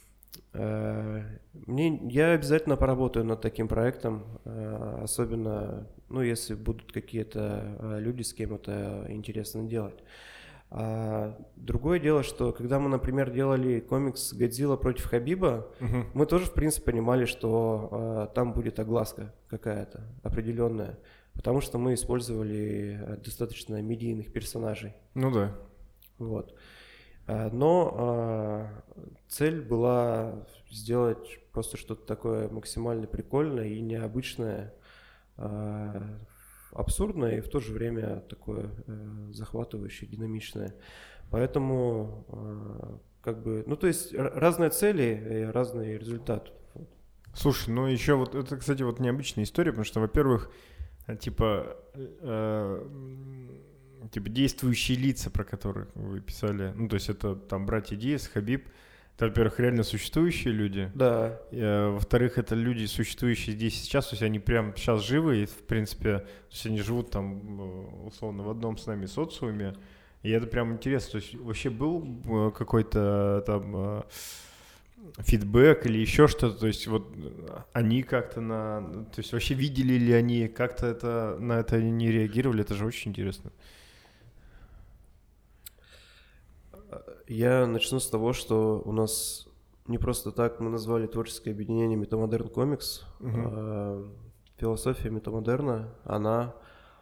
э, мне, я обязательно поработаю над таким проектом, э, особенно, ну, если будут какие-то э, люди, с кем это интересно делать. А другое дело, что когда мы, например, делали комикс «Годзилла против Хабиба», uh-huh. мы тоже, в принципе, понимали, что а, там будет огласка какая-то определенная, потому что мы использовали достаточно медийных персонажей. Ну да. Вот. А, но а, цель была сделать просто что-то такое максимально прикольное и необычное, а, абсурдное и в то же время такое э, захватывающее, динамичное. Поэтому э, как бы, ну то есть разные цели и разный результат. Слушай, ну еще вот это, кстати, вот необычная история, потому что, во-первых, типа, э, типа действующие лица, про которых вы писали, ну то есть это там братья Диас, Хабиб. Это, во-первых, реально существующие люди. Да. И, а, во-вторых, это люди, существующие здесь и сейчас. То есть они прямо сейчас живы, и, в принципе, то есть они живут там, условно, в одном с нами социуме. И это прям интересно. То есть вообще был какой-то там фидбэк или еще что-то? То есть вот они как-то на... То есть вообще видели ли они, как-то это, на это не реагировали? Это же очень интересно. Я начну с того, что у нас не просто так мы назвали творческое объединение Метамодерн Комикс. Uh-huh. А, философия Метамодерна, она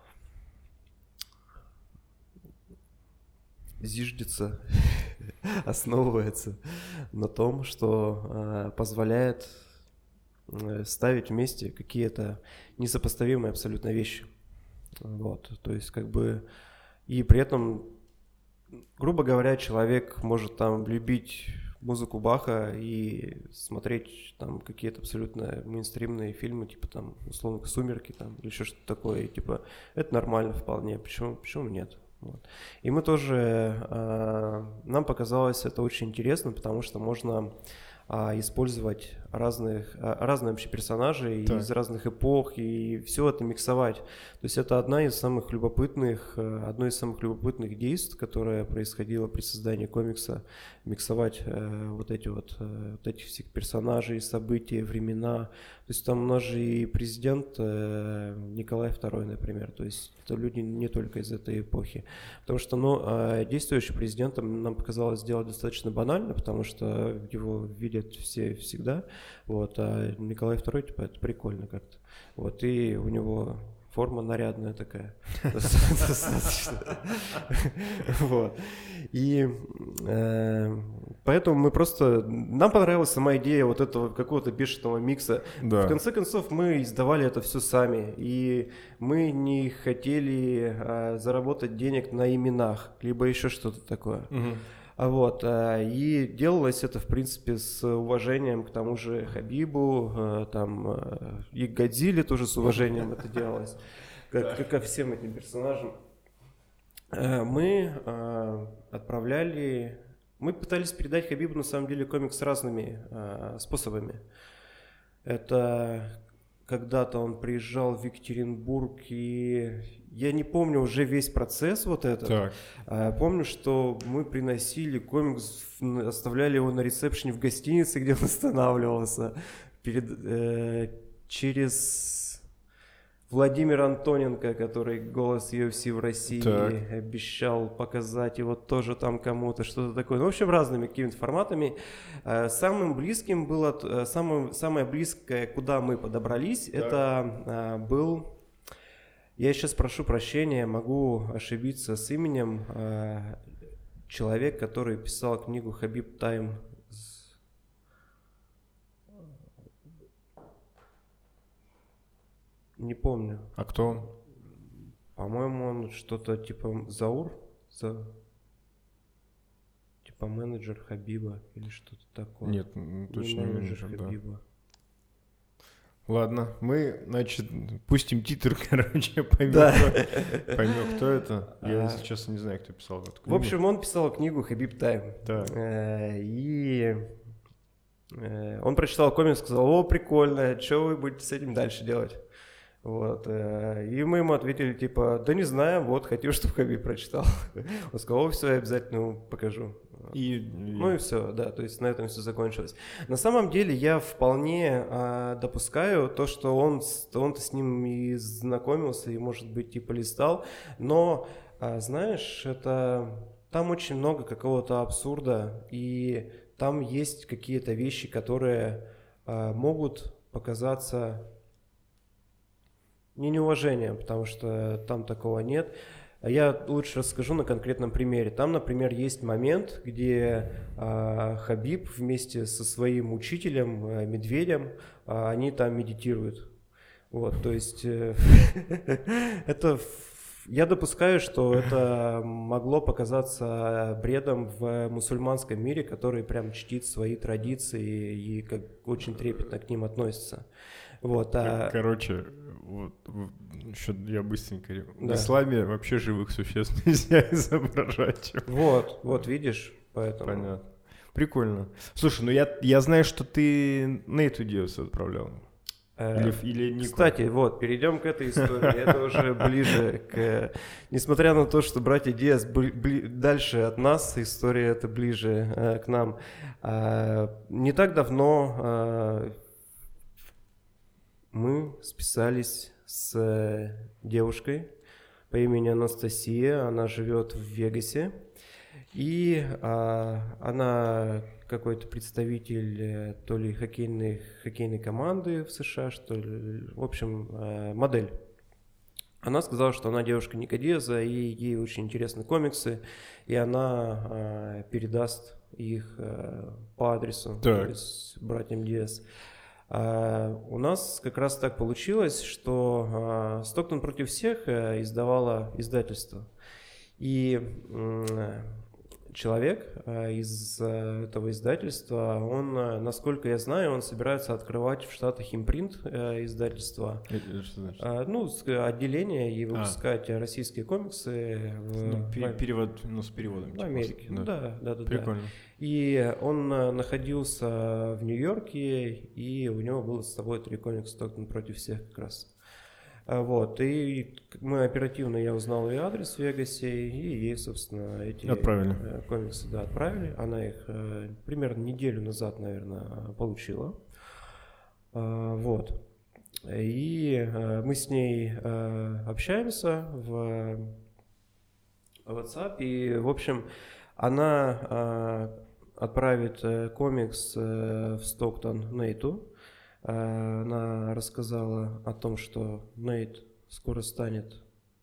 зиждется, основывается на том, что а, позволяет ставить вместе какие-то несопоставимые абсолютно вещи. Вот, то есть как бы и при этом, грубо говоря, человек может там любить музыку Баха и смотреть там какие-то абсолютно мейнстримные фильмы, типа там, условно, «Сумерки» там, или еще что-то такое, и, типа, это нормально вполне, почему, почему нет? Вот. И мы тоже, э, нам показалось это очень интересно, потому что можно э, использовать разных, э, разные вообще персонажи так. из разных эпох и все это миксовать. То есть это одна из самых любопытных, э, одно из самых любопытных действий, которое происходило при создании комикса, миксовать э, вот эти вот, э, вот этих всех персонажей, события, времена. То есть там у нас же и президент э, Николай второй, например, то есть это люди не только из этой эпохи. Потому что ну, э, действующим президентом нам показалось сделать достаточно банально, потому что его видят все всегда. Вот, а Николай второй, типа, это прикольно как-то. Вот, и у него форма нарядная такая. Достаточно. Вот. И поэтому мы просто... Нам понравилась сама идея вот этого какого-то бешеного микса. В конце концов, мы издавали это все сами. И мы не хотели заработать денег на именах, либо еще что-то такое. Вот, и делалось это, в принципе, с уважением к тому же Хабибу, там, и к Годзилле тоже с уважением это делалось, как, как ко всем этим персонажам. Мы отправляли, мы пытались передать Хабибу, на самом деле, комикс разными способами. Это когда-то он приезжал в Екатеринбург, и я не помню уже весь процесс вот этот. Так. А, помню, что мы приносили комикс, оставляли его на ресепшене в гостинице, где он останавливался. Перед, э, через Владимира Антоненко, который голос ю эф си в России, так. обещал показать его тоже там кому-то, что-то такое. Ну, в общем, разными какими-то форматами. Самым близким было, самое, самое близкое, куда мы подобрались, так. это был... Я сейчас прошу прощения, могу ошибиться с именем. Человек, который писал книгу «Хабиб Тайм». Не помню. А кто он? По-моему, он что-то типа Заур, за... типа менеджер Хабиба или что-то такое. Нет, точно не менеджер, менеджер Хабиба. Да. Ладно, мы, значит, пустим титр, короче, поймем, да. кто, поймем, кто это. Я, если честно, не знаю, кто писал эту книгу. В общем, он писал книгу «Хабиб Тайм». Да. И он прочитал комикс, сказал: о, прикольно, что вы будете с этим дальше делать? Вот. И мы ему ответили, типа, да не знаю, вот, хотел, чтобы Хабиб прочитал. Он сказал: о, все, я обязательно покажу. И, и... Ну и все, да, то есть на этом все закончилось. На самом деле я вполне а, допускаю то, что он, он-то с ним и знакомился, и, может быть, типа листал, но, а, знаешь, это... там очень много какого-то абсурда, и там есть какие-то вещи, которые а, могут показаться... не неуважением, потому что там такого нет. Я лучше расскажу на конкретном примере. Там, например, есть момент, где э, Хабиб вместе со своим учителем, э, Медведем, э, они там медитируют. Вот, то есть э, это... Я допускаю, что это могло показаться бредом в мусульманском мире, который прям чтит свои традиции и как очень трепетно к ним относится. Вот, а... Короче, вот, еще я быстренько... Да. В исламе вообще живых существ нельзя изображать. Вот, вот, видишь, поэтому... Понятно. Прикольно. Слушай, ну я, я знаю, что ты Нейту Диасу отправлял. Или, или Нику. Кстати, вот, перейдем к этой истории. Это уже ближе к... Несмотря на то, что братья Диас бли... Бли... дальше от нас, история это ближе э, к нам. А, не так давно а, мы списались с девушкой по имени Анастасия. Она живет в Вегасе. И а, она какой-то представитель то ли хоккейной, хоккейной команды в США, что ли, в общем, а, модель. Она сказала, что она девушка Ника Диаза, и ей очень интересны комиксы, и она а, передаст их а, по адресу, то есть братьям Диаз. А, у нас как раз так получилось, что а, «Стоктон против всех» издавала издательство. И человек из этого издательства, он, насколько я знаю, он собирается открывать в Штатах импринт издательства. Это что значит? Ну, отделение и выпускать а. российские комиксы. Ну, в, перевод, ну, с переводом. В Америке. Да, да, да. да Прикольно. Да. И он находился в Нью-Йорке, и у него было с собой три комикса «Стоктон против всех» как раз. Вот, и мы оперативно, я узнал ее адрес в Вегасе, и ей, собственно, эти отправили. комиксы, да, отправили. Она их э, примерно неделю назад, наверное, получила. Э, вот. И э, мы с ней э, общаемся в WhatsApp, и, в общем, она э, отправит э, комикс э, в Стоктон Нейту. Она рассказала о том, что Нейт скоро станет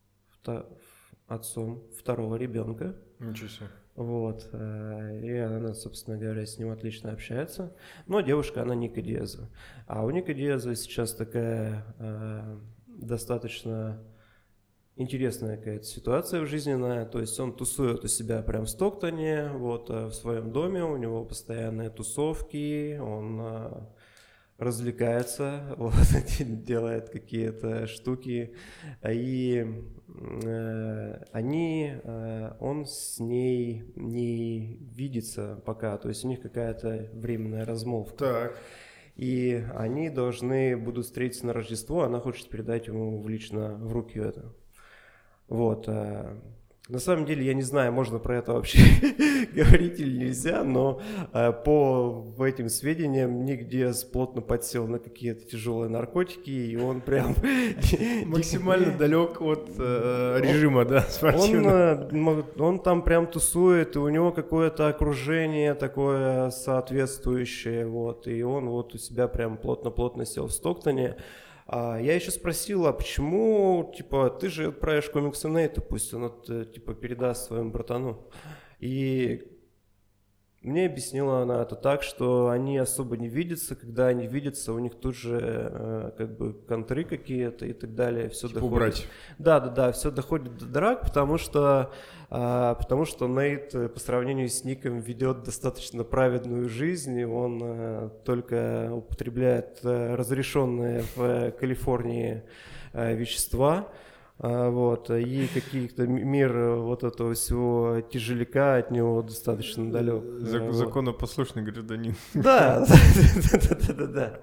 отцом второго ребенка. Ничего себе. Вот. И она, собственно говоря, с ним отлично общается. Но девушка, она Ника Диаза. А у Ника Диаза сейчас такая э, достаточно интересная какая-то ситуация жизненная. То есть он тусует у себя прям в Стоктоне, вот, в своем доме. У него постоянные тусовки, он э, развлекается, вот, делает какие-то штуки. И э, они, э, он с ней не видится пока. То есть у них какая-то временная размолвка. Так. И они должны будут встретиться на Рождество, она хочет передать ему в лично в руки это. Вот. На самом деле я не знаю, можно про это вообще говорить или нельзя, но по этим сведениям Ник Диаз плотно подсел на какие-то тяжелые наркотики, и он прям... Максимально далек от э, режима, да, спортивного. Он, он там прям тусует, и у него какое-то окружение такое соответствующее, вот, и он вот у себя прям плотно-плотно сел в Стоктоне. А я еще спросил, а почему, типа, ты же отправишь комиксы Нейту, пусть он это, типа, передаст своему братану. И мне объяснила она это так, что они особо не видятся, когда они видятся, у них тут же э, как бы контры какие-то и так далее. Все типа доходит. Убрать. Да, да, да, все доходит до драк, потому что, э, потому что Нейт по сравнению с Ником ведет достаточно праведную жизнь, и он э, только употребляет э, разрешенные в э, Калифорнии э, вещества. Вот, и каких-то мир вот этого всего тяжеляка от него достаточно далек. Зак- вот. Законопослушный гражданин. Да, да, да, да.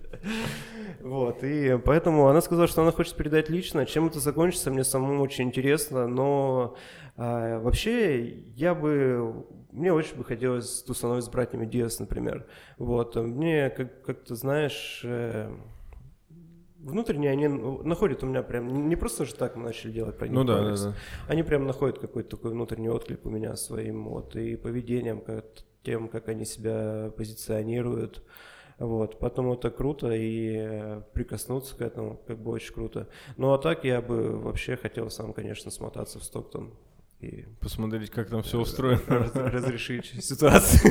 Вот, и поэтому она сказала, что она хочет передать лично. Чем это закончится, мне самому очень интересно, но а, вообще я бы... Мне очень бы хотелось тусановать с братьями Диас, например. Вот, мне как- как-то, знаешь... Внутренне они находят у меня прям, не просто же так мы начали делать про них. Ну да, да, да. Они прям находят какой-то такой внутренний отклик у меня своим вот и поведением, как, тем, как они себя позиционируют. Вот, поэтому это круто, и прикоснуться к этому как бы очень круто. Ну а так я бы вообще хотел сам, конечно, смотаться в Стоктон. И посмотреть, как там все устроено. Разрешить ситуацию.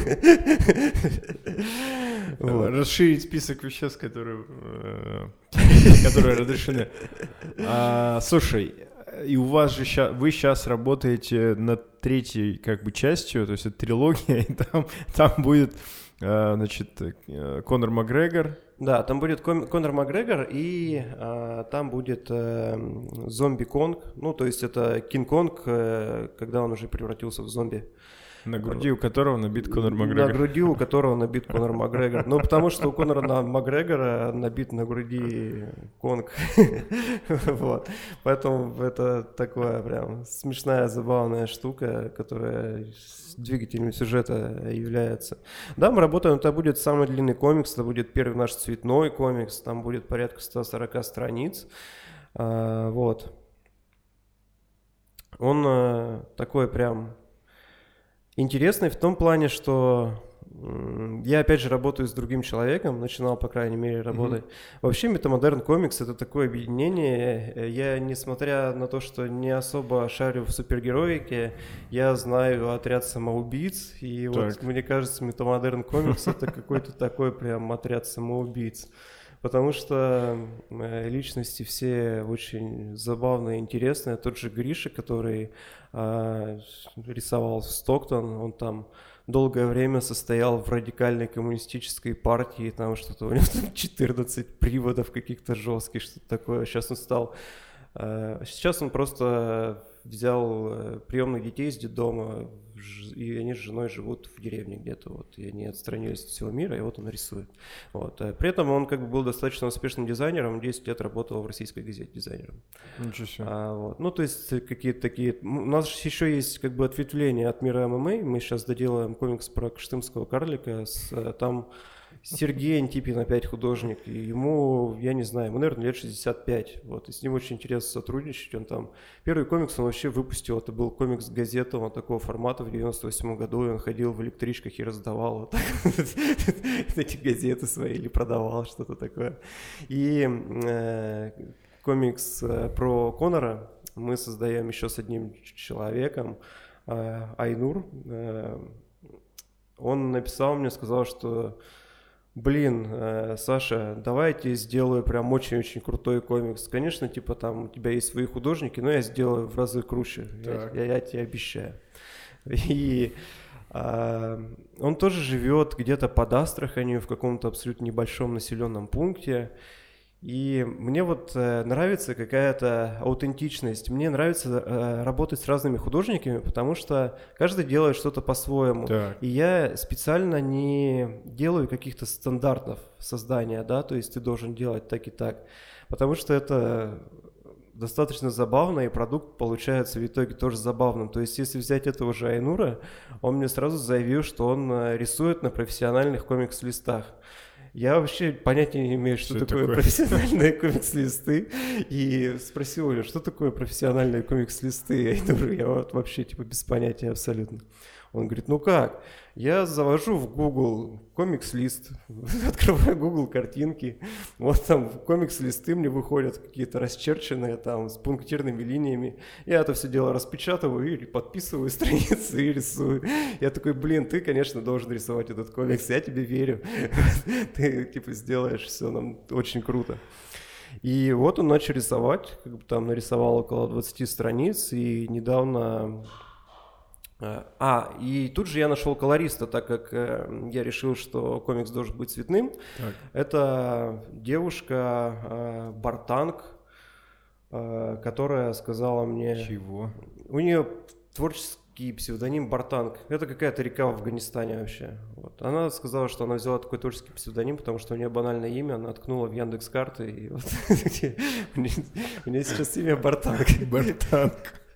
Вот. Расширить список веществ, которые, которые разрешены. А, слушай, и у вас же ща, вы сейчас работаете над третьей как бы частью, то есть это трилогия, и там, там будет, значит, Конор Макгрегор. Да, там будет Конор Макгрегор, и а, там будет э, зомби-конг, ну, то есть это Кинг-Конг, э, когда он уже превратился в зомби. На груди у которого набит Конор Макгрегор. На груди у которого набит Конор Макгрегор. Ну, потому что у Конора Макгрегора набит на груди Конг. Вот. Поэтому это такая прям смешная, забавная штука, которая двигателем сюжета является. Да, мы работаем, это будет самый длинный комикс, это будет первый наш цветной комикс, там будет порядка сто сорок страниц. А, вот. Он а, такой прям интересный в том плане, что я, опять же, работаю с другим человеком, начинал, по крайней мере, работать. Mm-hmm. Вообще, Метамодерн Комикс — это такое объединение. Я, несмотря на то, что не особо шарю в супергероике, я знаю отряд самоубийц, и так. Вот, мне кажется, Метамодерн Комикс — это какой-то такой прям отряд самоубийц. Потому что личности все очень забавные, интересные. Тот же Гриша, который э, рисовал Стоктон, он там долгое время состоял в радикальной коммунистической партии, там что-то у него там четырнадцать приводов каких-то жестких, что-то такое. Сейчас он стал... Э, сейчас он просто взял приемных детей из детдома, и они с женой живут в деревне где-то, вот, и они отстранились от всего мира, и вот он рисует. Вот. При этом он как бы был достаточно успешным дизайнером, десять лет работал в российской газете дизайнером. Ничего себе. А, вот. Ну, то есть какие-то такие... У нас еще есть как бы ответвление от мира ММА, мы сейчас доделаем комикс про кыштымского карлика, с, там... Сергей Антипин опять художник, и ему, я не знаю, ему, наверное, лет шестьдесят пять, вот, и с ним очень интересно сотрудничать, он там, первый комикс он вообще выпустил, это был комикс-газета, он такого формата в девяносто восьмом году, и он ходил в электричках и раздавал вот эти газеты свои, или продавал что-то такое, и комикс про Конора мы создаем еще с одним человеком, Айнур. Он написал мне, сказал, что блин, Саша, давайте сделаю прям очень-очень крутой комикс. Конечно, типа там у тебя есть свои художники, но я сделаю в разы круче, я, я, я тебе обещаю. И а, он тоже живет где-то под Астраханью в каком-то абсолютно небольшом населенном пункте. И мне вот э, нравится какая-то аутентичность, мне нравится э, работать с разными художниками, потому что каждый делает что-то по-своему. Так. И я специально не делаю каких-то стандартов создания, да, то есть ты должен делать так и так, потому что это достаточно забавно, и продукт получается в итоге тоже забавным. То есть если взять этого же Айнура, он мне сразу заявил, что он рисует на профессиональных комикс-листах. Я вообще понятия не имею, что, что такое, такое профессиональные комикс-листы. И спросил его, что такое профессиональные комикс-листы. Я говорю, я вот вообще типа без понятия абсолютно. Он говорит, ну как? Я завожу в Google комикс-лист, открываю Google картинки, вот там комикс-листы мне выходят какие-то расчерченные там с пунктирными линиями. Я это все дело распечатываю и подписываю страницы и рисую. Я такой, блин, ты, конечно, должен рисовать этот комикс, я тебе верю. Ты типа сделаешь все нам очень круто. И вот он начал рисовать, как бы там нарисовал около двадцати страниц, и недавно... А, и тут же я нашел колориста, так как э, я решил, что комикс должен быть цветным. Так. Это девушка э, Бартанг, э, которая сказала мне... Чего? У нее творческий псевдоним Бартанг. Это какая-то река в Афганистане вообще. Вот. Она сказала, что она взяла такой творческий псевдоним, потому что у нее банальное имя, она ткнула в Яндекс.Карты, и вот у нее сейчас имя Бартанг. Бартанг.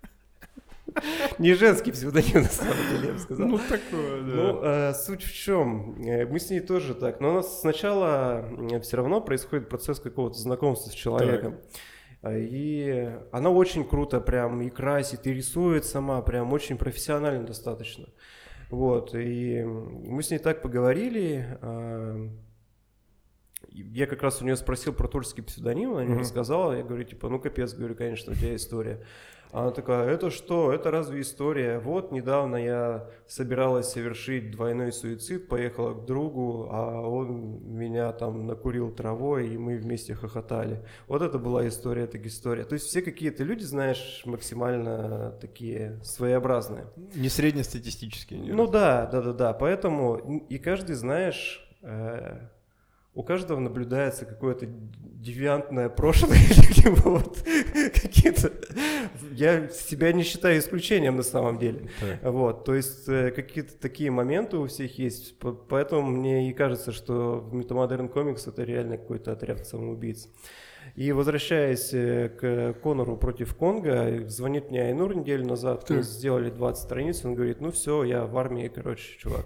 Не женский псевдоним, на самом деле, я бы сказал. Ну, такое, да. Ну, э, суть в чем? Мы с ней тоже так. Но у нас сначала все равно происходит процесс какого-то знакомства с человеком. Так. И она очень круто прям и красит, и рисует сама, прям очень профессионально достаточно. Вот. И мы с ней так поговорили. Я как раз у нее спросил про творческий псевдоним, она мне mm-hmm. рассказала. Я говорю, типа, ну капец, говорю, конечно, у тебя история. Она такая, это что, это разве история? Вот недавно я собиралась совершить двойной суицид, поехала к другу, а он меня там накурил травой, и мы вместе хохотали. Вот это была история, так история. То есть все какие-то люди, знаешь, максимально такие своеобразные. Не среднестатистические. Не? Ну да, да, да, да. Поэтому и каждый, знаешь... Э- У каждого наблюдается какое-то девиантное прошлое, вот, какие-то. Я себя не считаю исключением на самом деле. Okay. Вот, то есть какие-то такие моменты у всех есть, поэтому мне и кажется, что в Metamodern Comics это реально какой-то отряд самоубийц. И возвращаясь к Конору против Конга, звонит мне Айнур неделю назад, мы сделали двадцать страниц, он говорит, ну все, я в армии, короче, чувак.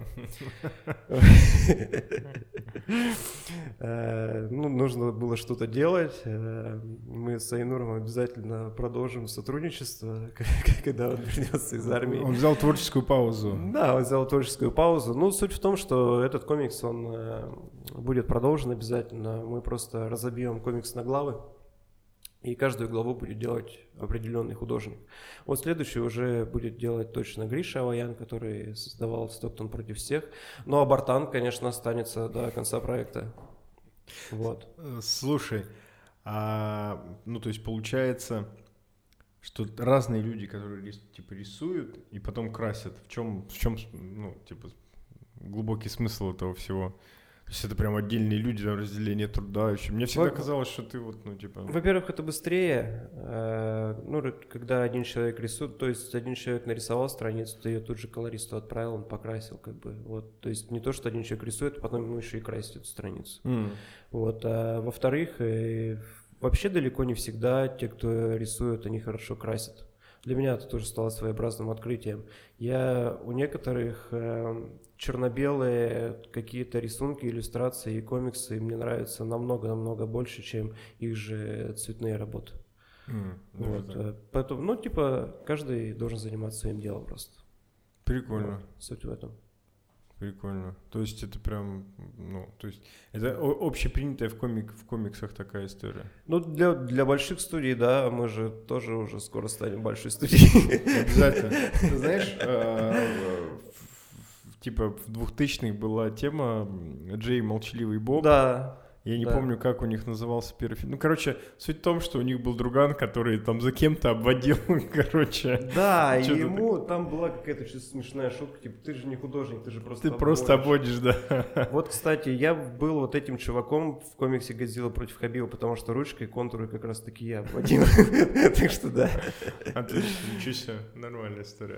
Ну, нужно было что-то делать, мы с Айнуром обязательно продолжим сотрудничество, когда он вернется из армии. Он взял творческую паузу. Да, он взял творческую паузу. Ну, суть в том, что этот комикс, он будет продолжен обязательно, мы просто разобьем комикс на главы. И каждую главу будет делать определенный художник. Вот следующий уже будет делать точно Гриша Аваян, который создавал «Стоктон против всех». Ну а Бартанг, конечно, останется до конца проекта. Вот. Слушай, а, ну то есть получается, что разные люди, которые типа рисуют и потом красят, в чем, в чем, ну типа глубокий смысл этого всего? То есть это прям отдельные люди, там разделение труда еще. Мне всегда Во... казалось, что ты вот, ну, типа... Во-первых, это быстрее. Э, ну, когда один человек рисует, то есть один человек нарисовал страницу, ты ее тут же колористу отправил, он покрасил, как бы, вот. То есть не то, что один человек рисует, потом ему еще и красит эту страницу. Mm. Вот. А во-вторых, э, вообще далеко не всегда те, кто рисует, они хорошо красят. Для меня это тоже стало своеобразным открытием. Я у некоторых э, черно-белые какие-то рисунки, иллюстрации и комиксы мне нравятся намного-намного больше, чем их же цветные работы. Mm, вот. Да. Поэтому, ну, типа, каждый должен заниматься своим делом просто. Прикольно. Вот, суть в этом. Прикольно. То есть это прям, ну, то есть это о- общепринятая в, комик, в комиксах такая история. Ну, для, для больших студий, да, мы же тоже уже скоро станем большой студией. Обязательно. Ты знаешь, типа в двухтысячных была тема Джей Молчаливый Боб. Да. Я не да. помню, как у них назывался первый фильм. Ну, короче, суть в том, что у них был друган, который там за кем-то обводил, короче. Да, и ему так... там была какая-то очень смешная шутка, типа, ты же не художник, ты же просто Ты обводишь. просто обводишь, да. Вот, кстати, я был вот этим чуваком в комиксе «Годзилла против Хабиба», потому что ручкой контуры как раз-таки я обводил. Так что да. Отлично, ничего себе, нормальная история.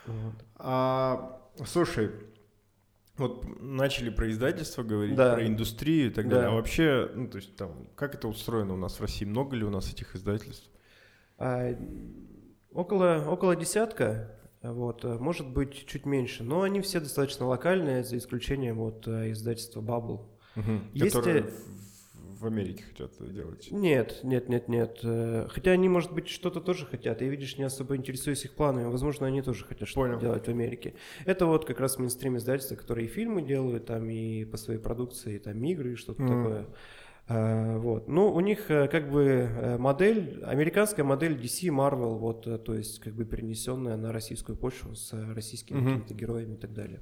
Слушай, вот начали про издательство говорить, да. про индустрию и так далее. Да. А вообще, ну, то есть там, как это устроено у нас в России? Много ли у нас этих издательств? А, около, около десятка, вот, может быть, чуть меньше. Но они все достаточно локальные, за исключением вот издательства Bubble. Угу. Есть... Которые в Америке хотят делать? Нет, нет, нет, нет. Хотя они, может быть, что-то тоже хотят. Я, видишь, не особо интересуюсь их планами. Возможно, они тоже хотят что-то делать в Америке. Это вот как раз мейнстрим издательства, которые и фильмы делают, там и по своей продукции, там игры и что-то mm. такое. А, вот. Ну, у них как бы модель, американская модель ди си, Marvel, вот, то есть как бы перенесенная на российскую почву с российскими mm-hmm. какими-то героями и так далее.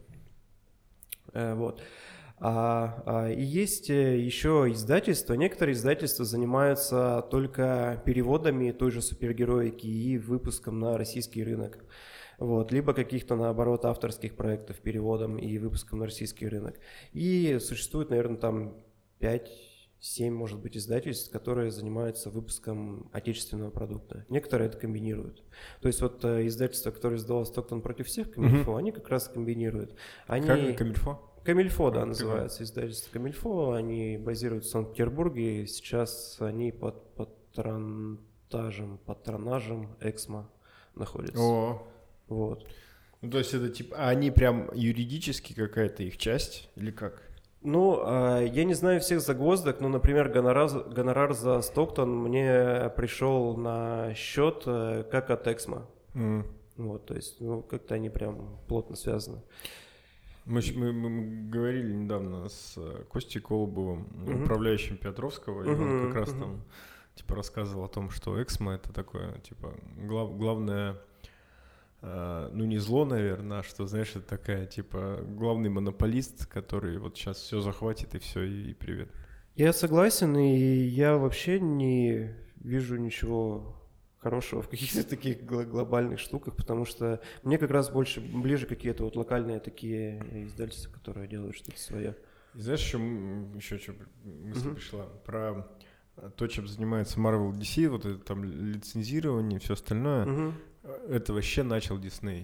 А, вот. А, а, и есть еще издательства. Некоторые издательства занимаются только переводами той же супергероики и выпуском на российский рынок. Вот. Либо каких-то, наоборот, авторских проектов переводом и выпуском на российский рынок. И существует, наверное, там пять-семь, может быть, издательств, которые занимаются выпуском отечественного продукта. Некоторые это комбинируют. То есть вот издательство, которое издавало «Стоктон против всех», Комильфо, mm-hmm. они как раз комбинируют. Они... Как Комильфо? Комильфо, да, называется издательство Комильфо. Они базируются в Санкт-Петербурге. Сейчас они под патронажем, патронажем Эксмо находятся. О. Вот. Ну, то есть это типа, а они прям юридически какая-то их часть или как? Ну, я не знаю всех загвоздок, но, например, гонорар, гонорар за Стоктон мне пришел на счет как от Эксмо. Mm. Вот, то есть, ну, как-то они прям плотно связаны. Мы, мы, мы говорили недавно с Костей Колобовым, uh-huh. управляющим Петровского, uh-huh. и он как раз uh-huh. там типа рассказывал о том, что Эксмо это такое, типа, глав, главное, э, ну не зло, наверное, а что, знаешь, это такая, типа, главный монополист, который вот сейчас все захватит и все, и, и привет. Я согласен, и я вообще не вижу ничего хорошего в каких-то таких глобальных штуках, потому что мне как раз больше, ближе какие-то вот локальные такие издательства, которые делают что-то свое. И знаешь, еще, еще что мысль uh-huh. пришла про то, чем занимается Marvel ди си, вот это там лицензирование и все остальное, uh-huh. это вообще начал Disney.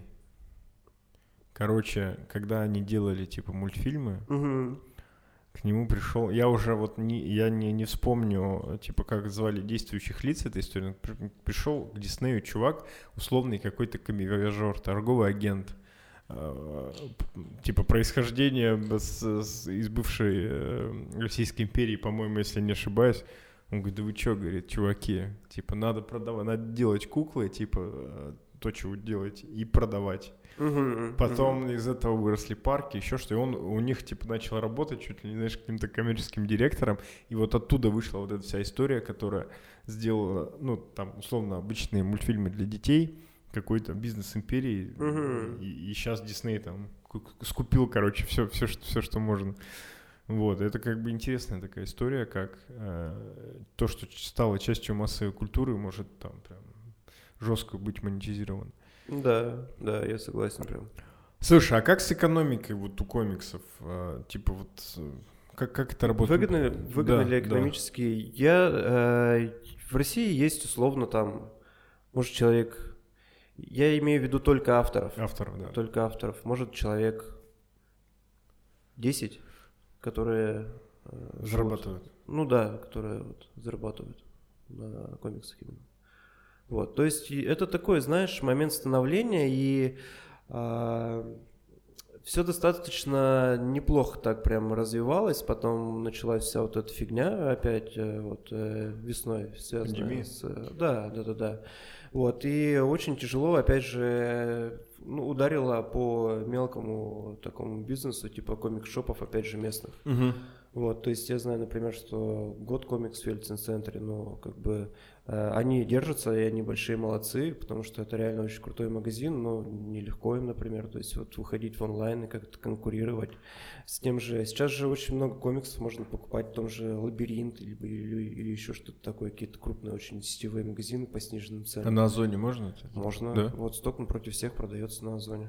Короче, когда они делали типа мультфильмы, uh-huh. к нему пришел, я уже вот не, я не, не вспомню, типа, как звали действующих лиц этой истории, пришел к Диснею чувак, условный какой-то камевиажер, торговый агент, э, типа, происхождение с, с, из бывшей э, Российской империи, по-моему, если не ошибаюсь. Он говорит, да вы что, говорит, чуваки, типа, надо продавать, надо делать куклы, типа, то, что вы делаете, и продавать. Uh-huh, Потом uh-huh. из этого выросли парки, еще что, и он у них типа начал работать чуть ли не, знаешь, каким-то коммерческим директором, и вот оттуда вышла вот эта вся история, которая сделала, ну, там, условно, обычные мультфильмы для детей, какой-то бизнес империи, uh-huh. и, и сейчас Дисней там скупил, короче, все, все, что, все, что можно. Вот, это как бы интересная такая история, как э, то, что стало частью массовой культуры, может там прям жестко быть монетизировано. Да, да, я согласен прям. Слушай, а как с экономикой вот у комиксов? А, типа вот, как, как это работает? Выгодно, выгодно да, ли экономически? Да. Я, э, в России есть условно там, может человек, я имею в виду только авторов. Авторов, да. Только авторов. Может человек десять, которые... Э, зарабатывают. Вот, ну да, которые вот, зарабатывают на комиксах именно. Вот, то есть это такой, знаешь, момент становления, и э, все достаточно неплохо так прям развивалось, потом началась вся вот эта фигня опять э, вот э, весной связанная с... Да, да, да, да. Вот, и очень тяжело, опять же, ну, ударило по мелкому такому бизнесу, типа комикс-шопов, опять же, местных. Угу. Вот, то есть я знаю, например, что Год Комикс в Ельцин-центре, ну, как бы, э, они держатся, и они большие молодцы, потому что это реально очень крутой магазин, но нелегко им, например, то есть вот выходить в онлайн и как-то конкурировать с тем же. Сейчас же очень много комиксов можно покупать в том же Лабиринт или, или, или еще что-то такое, какие-то крупные очень сетевые магазины по сниженным ценам. А на Озоне можно? Можно. Да? Вот Стокман против всех продается на Озоне.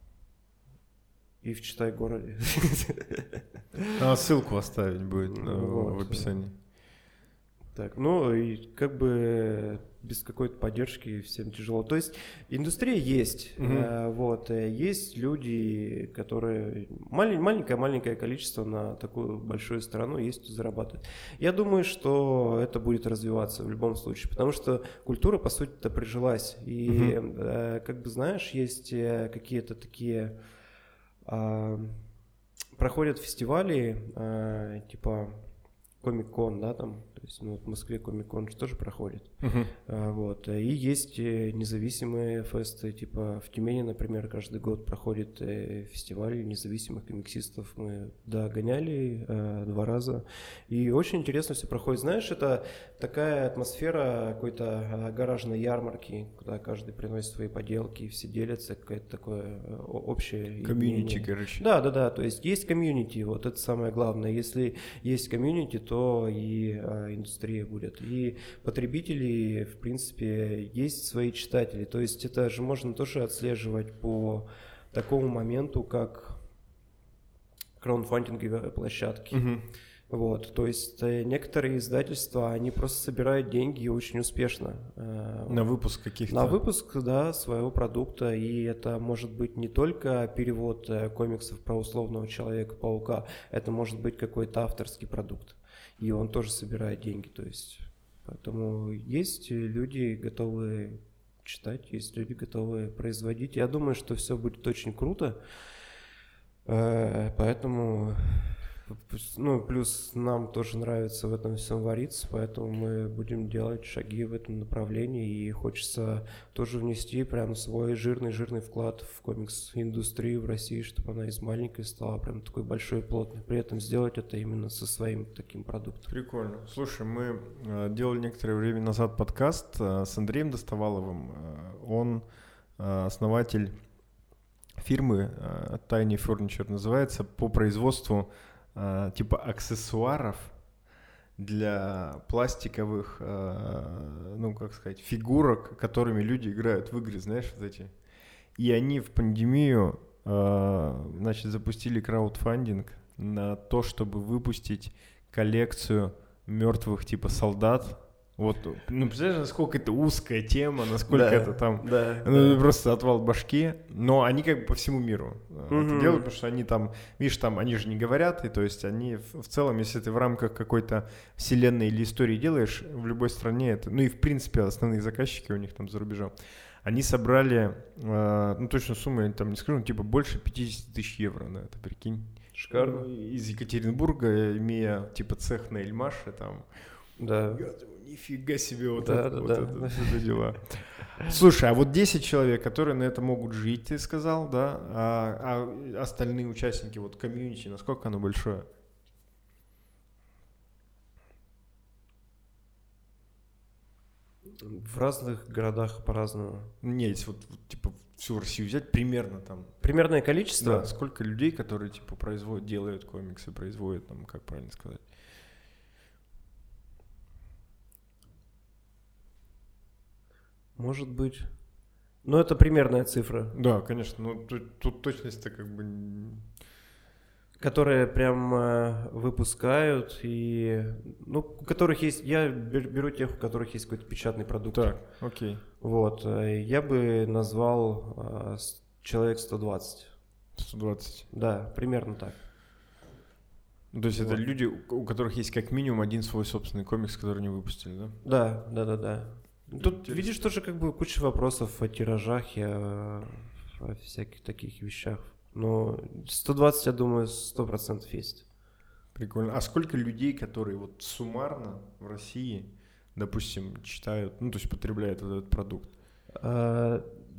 И в Читай-городе. А ссылку оставить будет ну, вот. в описании. Так, ну и как бы без какой-то поддержки всем тяжело. То есть индустрия есть, Угу. э, вот, есть люди, которые маленькое-маленькое количество на такую большую страну есть, кто зарабатывает. Я думаю, что это будет развиваться в любом случае, потому что культура, по сути-то, прижилась. И, угу. э, как бы, знаешь, есть какие-то такие... Э, проходят фестивали, э, типа Комик-кон, да, там, то есть, ну, в Москве Комик-кон же тоже проходит, uh-huh. а, вот, и есть независимые фесты, типа в Тюмени, например, каждый год проходит фестиваль независимых комиксистов, мы догоняли а, два раза, и очень интересно все проходит, знаешь, это такая атмосфера какой-то гаражной ярмарки, куда каждый приносит свои поделки, и все делятся, какое-то такое общее... Комьюнити, короче. Да, да, да, то есть есть комьюнити, вот это самое главное, если есть комьюнити, то и а, индустрия будет. И потребители, в принципе, есть свои читатели. То есть это же можно тоже отслеживать по такому моменту, как краудфандинговые площадки. Угу. Вот, то есть некоторые издательства, они просто собирают деньги очень успешно. На выпуск каких-то? На выпуск, да, своего продукта. И это может быть не только перевод комиксов про условного Человека-паука, это может быть какой-то авторский продукт. И он тоже собирает деньги. То есть, поэтому есть люди, готовые читать, есть люди, готовые производить. Я думаю, что все будет очень круто. Поэтому... Ну, плюс нам тоже нравится в этом всем вариться, поэтому мы будем делать шаги в этом направлении, и хочется тоже внести прям свой жирный-жирный вклад в комикс-индустрию в России, чтобы она из маленькой стала прям такой большой и плотной, при этом сделать это именно со своим таким продуктом. Прикольно. Слушай, мы делали некоторое время назад подкаст с Андреем Достоваловым, он основатель фирмы Tiny Furniture называется, по производству типа аксессуаров для пластиковых, ну, как сказать, фигурок, которыми люди играют в игры, знаешь, вот эти. И они в пандемию, значит, запустили краудфандинг на то, чтобы выпустить коллекцию мертвых типа солдат. Вот, ну, представляешь, насколько это узкая тема, насколько да, это там да, ну, да. просто отвал башки, но они как бы по всему миру mm-hmm. это делают, потому что они там, видишь, там они же не говорят, и то есть они в, в целом, если ты в рамках какой-то вселенной или истории делаешь, в любой стране это, ну и в принципе основные заказчики у них там за рубежом, они собрали, э, ну точно сумму, я там не скажу, ну, типа больше пятьдесят тысяч евро на это, прикинь. Шикарно. Из Екатеринбурга, имея типа цех на Эльмаше, там, да. Нифига себе, вот, да, это, да, вот да. это, это дела. Слушай, а вот десять человек, которые на это могут жить, ты сказал, да? А, а остальные участники, вот комьюнити, насколько оно большое? В разных городах по-разному. Не, если вот, вот типа всю Россию взять, примерно там. Примерное количество? Да, сколько людей, которые типа производят, делают комиксы, производят, там, как правильно сказать? Может быть. Ну, это примерная цифра. Да, конечно. Но тут, тут точность-то как бы... Которые прям э, выпускают и... Ну, у которых есть... Я беру тех, у которых есть какой-то печатный продукт. Так, окей. Вот. Я бы назвал э, человек сто двадцать. сто двадцать. Да, примерно так. То есть вот. Это люди, у которых есть как минимум один свой собственный комикс, который они выпустили, да? Да, да, да, да. Тут, интересно. Видишь, тоже как бы куча вопросов о тиражах и о, о всяких таких вещах. Но сто двадцать, я думаю, сто процентов есть. Прикольно. А сколько людей, которые вот суммарно в России, допустим, читают, ну, то есть потребляют этот продукт?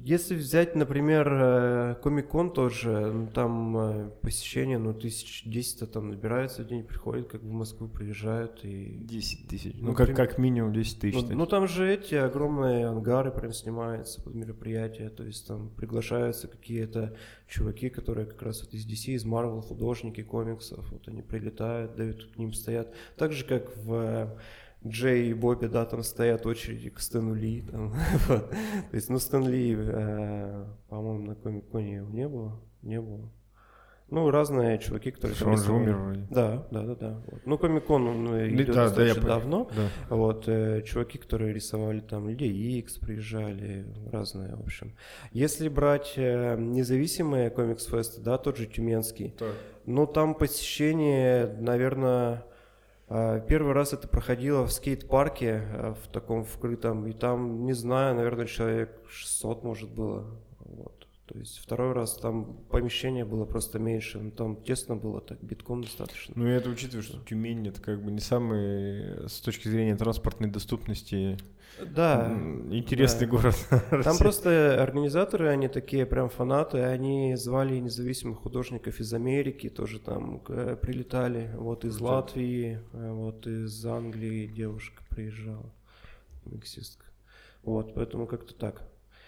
Если взять, например, Комик-кон тоже, ну, там посещение, ну, тысяч десять там набирается в день, приходят, как в Москву приезжают и... десять тысяч, ну, ну как, прям... как минимум десять тысяч. Ну, ну, там же эти огромные ангары прям снимаются под мероприятия, то есть там приглашаются какие-то чуваки, которые как раз вот из ди си, из Marvel, художники комиксов, вот они прилетают, дают, к ним стоят. Так же, как в... Джей и Бобби, да, там стоят очереди к Стэну Ли. Там, вот. То есть, ну, Стэн Ли, э, по-моему, на Комик-коне его не было. Не было. Ну, разные чуваки, которые... Он же умер вроде. Да, да, да, да. Вот. Ну, Комик-кон, он идет да, достаточно да, я давно. Да. Вот, э, чуваки, которые рисовали там Людей Икс, приезжали, разные, в общем. Если брать э, независимые комикс-фесты, да, тот же Тюменский, Так. ну, там посещение, наверное... Первый раз это проходило в скейт-парке, в таком вкрытом, и там, не знаю, наверное, человек шестьсот, может, было. Вот. То есть второй раз там помещение было просто меньше, но там тесно было, так битком достаточно. Ну, и это учитывая, что Тюмень — это как бы не самый, с точки зрения транспортной доступности, да, интересный да. город. Там просто организаторы, они такие прям фанаты, они звали независимых художников из Америки, тоже там прилетали, вот из Латвии, вот из Англии девушка приезжала, комиксистка. Вот, поэтому как-то так.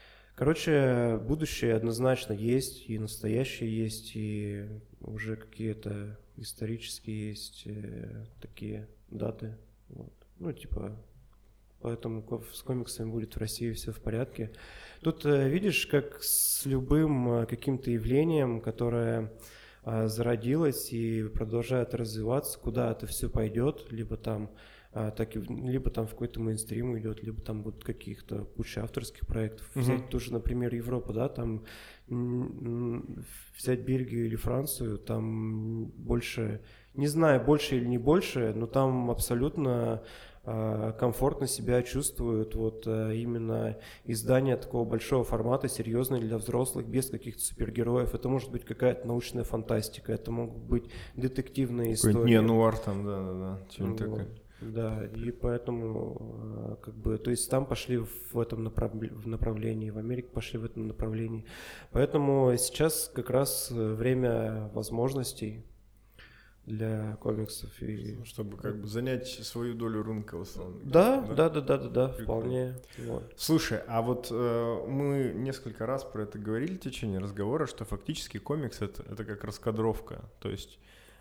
Короче, будущее однозначно есть, и настоящее есть, и уже какие-то исторические есть э, такие даты. Вот. Ну, типа, поэтому с комиксами будет в России все в порядке. Тут э, видишь, как с любым э, каким-то явлением, которое э, зародилось и продолжает развиваться, куда это все пойдет, либо там А, так и, либо там в какой-то мейнстрим идет, либо там будут каких-то куча авторских проектов. Uh-huh. Взять тоже, например, Европу, да, там м- взять Бельгию или Францию, там больше, не знаю, больше или не больше, но там абсолютно а, комфортно себя чувствуют вот а, именно издание такого большого формата, серьезное для взрослых, без каких-то супергероев. Это может быть какая-то научная фантастика, это могут быть детективные истории. Не, нуар там, да-да-да, что-нибудь вот. такое. Да, и поэтому, как бы, то есть там пошли в этом направлении, в Америке пошли в этом направлении. Поэтому сейчас как раз время возможностей для комиксов. И... Чтобы как бы занять свою долю рынка в основном. Да, да, да, да, да, да, вполне. Вот. Слушай, а вот э, мы несколько раз про это говорили в течение разговора, что фактически комикс это, это как раскадровка, то есть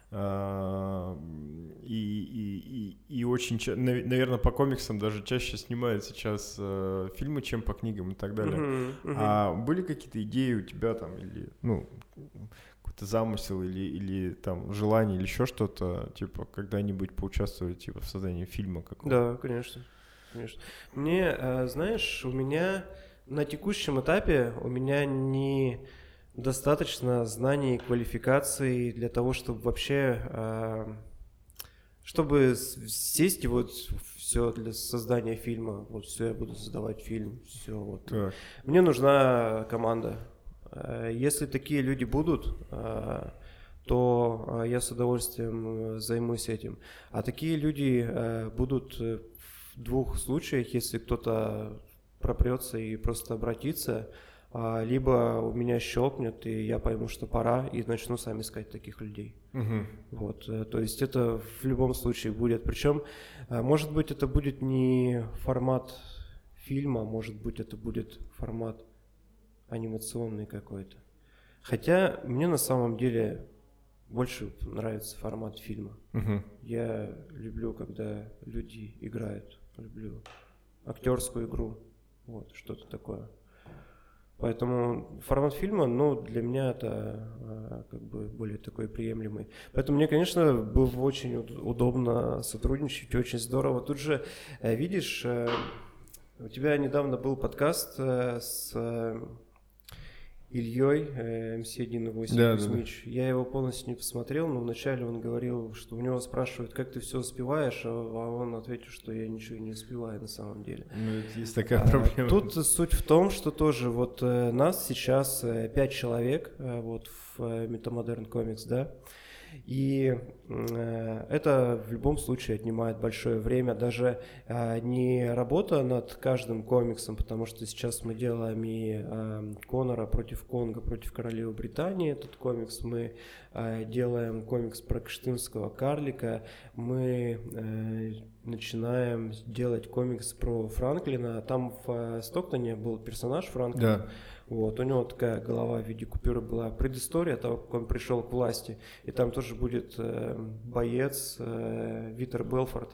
И, и, и, и очень, наверное, по комиксам даже чаще снимают сейчас э, фильмы, чем по книгам и так далее. Uh-huh, uh-huh. А были какие-то идеи у тебя там, или, ну, какой-то замысел, или, или там желание, или еще что-то, типа, когда-нибудь поучаствовать типа, в создании фильма какого-то? Да, конечно, конечно. Мне, э, знаешь, у меня на текущем этапе, у меня не... достаточно знаний и квалификаций для того, чтобы вообще, э, чтобы сесть и вот все для создания фильма, вот все, я буду создавать фильм, все вот. Так. Мне нужна команда. Если такие люди будут, э, то я с удовольствием займусь этим. А такие люди э, будут в двух случаях, если кто-то пропрется и просто обратится, либо у меня щелкнет, и я пойму, что пора, и начну сам искать таких людей. Uh-huh. Вот, то есть это в любом случае будет. Причем, может быть, это будет не формат фильма, может быть, это будет формат анимационный какой-то. Хотя мне на самом деле больше нравится формат фильма. Uh-huh. Я люблю, когда люди играют, люблю актерскую игру, вот, что-то такое. Поэтому формат фильма, ну, для меня это а, как бы более такой приемлемый. Поэтому мне, конечно, было очень удобно сотрудничать, очень здорово. Тут же, видишь, у тебя недавно был подкаст с Ильей, эм си один восемь да, Кузьмич. Да, да. Я его полностью не посмотрел, но вначале он говорил, что у него спрашивают, как ты все успеваешь, а он ответил, что я ничего не успеваю на самом деле. Ну, есть такая а, проблема. Тут суть в том, что тоже вот нас сейчас пять человек вот в Metamodern Comics, да, И э, это в любом случае отнимает большое время, даже э, не работа над каждым комиксом, потому что сейчас мы делаем и э, Конора против Конга, против королевы Британии, этот комикс, мы э, делаем комикс про Кыштымского карлика, мы э, начинаем делать комикс про Франклина, там в э, Стоктоне был персонаж Франклина. Да. Вот, у него такая голова в виде купюры была. Предыстория того, как он пришел к власти. И там тоже будет э, боец э, Витер Белфорд.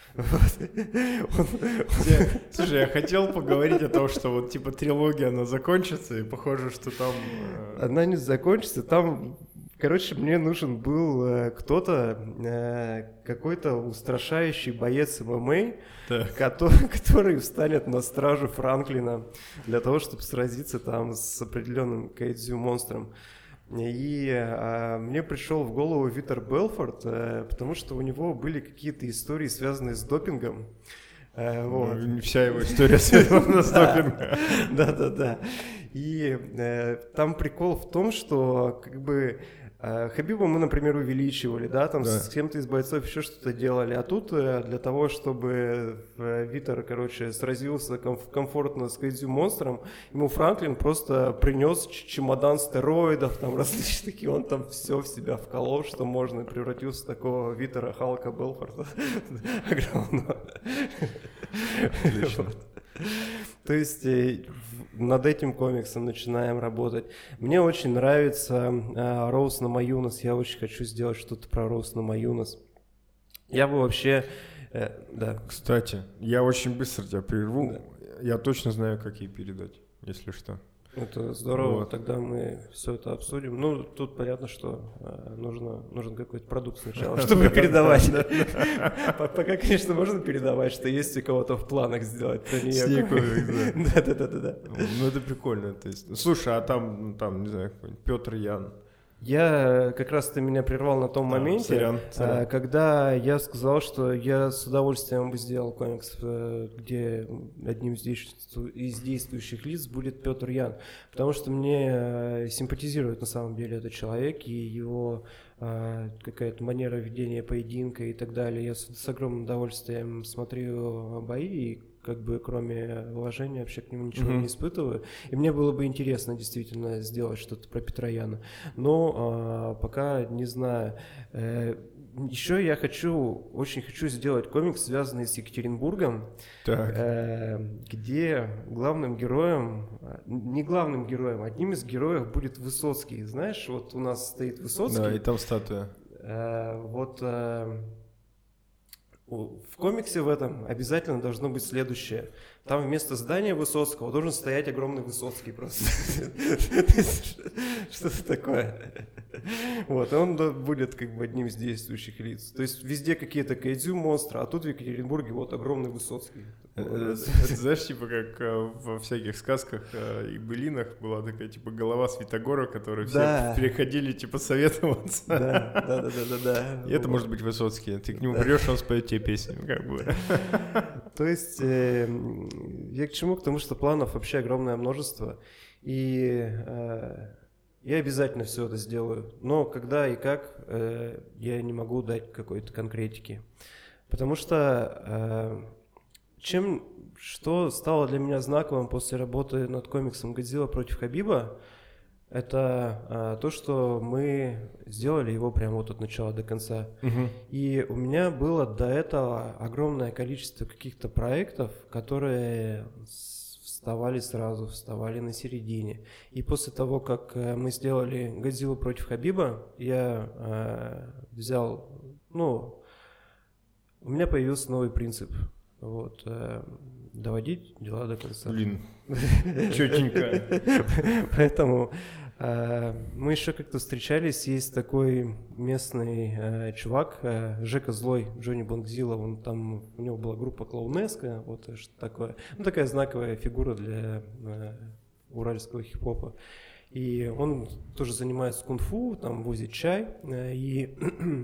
Слушай, я хотел поговорить о том, что вот типа трилогия, она закончится, и похоже, что там... Она не закончится, там... Короче, мне нужен был э, кто-то, э, какой-то устрашающий боец ММА, который, который встанет на стражу Франклина для того, чтобы сразиться там с определенным кайдзю-монстром. И э, мне пришел в голову Витер Белфорд, э, потому что у него были какие-то истории, связанные с допингом. Э, вот. Ну, вся его история связана с допингом. Да-да-да. И э, там прикол в том, что как бы Хабиба мы, например, увеличивали, да, там да. с кем-то из бойцов еще что-то делали, а тут для того, чтобы Витер, короче, сразился комф- комфортно с кайдзю-монстром, ему Франклин просто принес чемодан стероидов, там различных такие, он там все в себя вколол, что можно, и превратился в такого Витера Халка Белфорда огромного. Отлично. То есть над этим комиксом начинаем работать. Мне очень нравится э, Роуз Намаюнас. Я очень хочу сделать что-то про Роуз Намаюнас. Я бы вообще... Э, да. Кстати, я очень быстро тебя прерву. Да. Я точно знаю, как ей передать, если что. Это здорово, вот. Тогда мы все это обсудим. Ну, тут понятно, что э, нужно, нужен какой-то продукт сначала, чтобы передавать. Пока, конечно, можно передавать, что есть у кого-то в планах сделать про нее. Да-да-да. Ну, это прикольно. Слушай, а там, там, не знаю, Петр Ян. Я как раз ты меня прервал на том а, моменте, сорян, сорян. когда я сказал, что я с удовольствием бы сделал комикс, где одним из, действу... из действующих лиц будет Петр Ян, потому что мне симпатизирует на самом деле этот человек и его а, какая-то манера ведения поединка и так далее. Я с, с огромным удовольствием смотрю бои и как бы кроме уважения вообще к нему ничего mm-hmm. не испытываю. И мне было бы интересно действительно сделать что-то про Петра Яна. Но а, пока не знаю. Э, еще я хочу, очень хочу сделать комикс, связанный с Екатеринбургом, э, где главным героем, не главным героем, одним из героев будет Высоцкий. Знаешь, вот у нас стоит Высоцкий. Да, и там статуя. Э, вот... Э, В комиксе в этом обязательно должно быть следующее. Там вместо здания Высоцкого должен стоять огромный Высоцкий просто. Что-то такое. Вот, и он будет как бы одним из действующих лиц. То есть везде какие-то кайдзю-монстры, а тут в Екатеринбурге вот огромный Высоцкий. Знаешь, типа как во всяких сказках и былинах была такая типа голова Святогора, которой все переходили типа советоваться. Да, да, да, да, да. И это может быть Высоцкий. Ты к нему придешь, он споет тебе песню, как бы. То есть я к чему? К тому, что планов вообще огромное множество. И я обязательно все это сделаю. Но когда и как, я не могу дать какой-то конкретики. Потому что чем, что стало для меня знаковым после работы над комиксом «Годзилла против Хабиба», это то, что мы сделали его прямо вот от начала до конца. Угу. И у меня было до этого огромное количество каких-то проектов, которые вставали сразу, вставали на середине. И после того, как мы сделали «Годзиллу против Хабиба», я э, взял, ну, у меня появился новый принцип. Вот, э, доводить дела до конца. Блин, чётенько. Поэтому э, мы еще как-то встречались, есть такой местный э, чувак, э, Жека Злой, Джонни Бонгзилла, он там, у него была группа Клоунеска, вот что такое, ну такая знаковая фигура для э, уральского хип-хопа. И он тоже занимается кунг-фу, там возит чай, э, и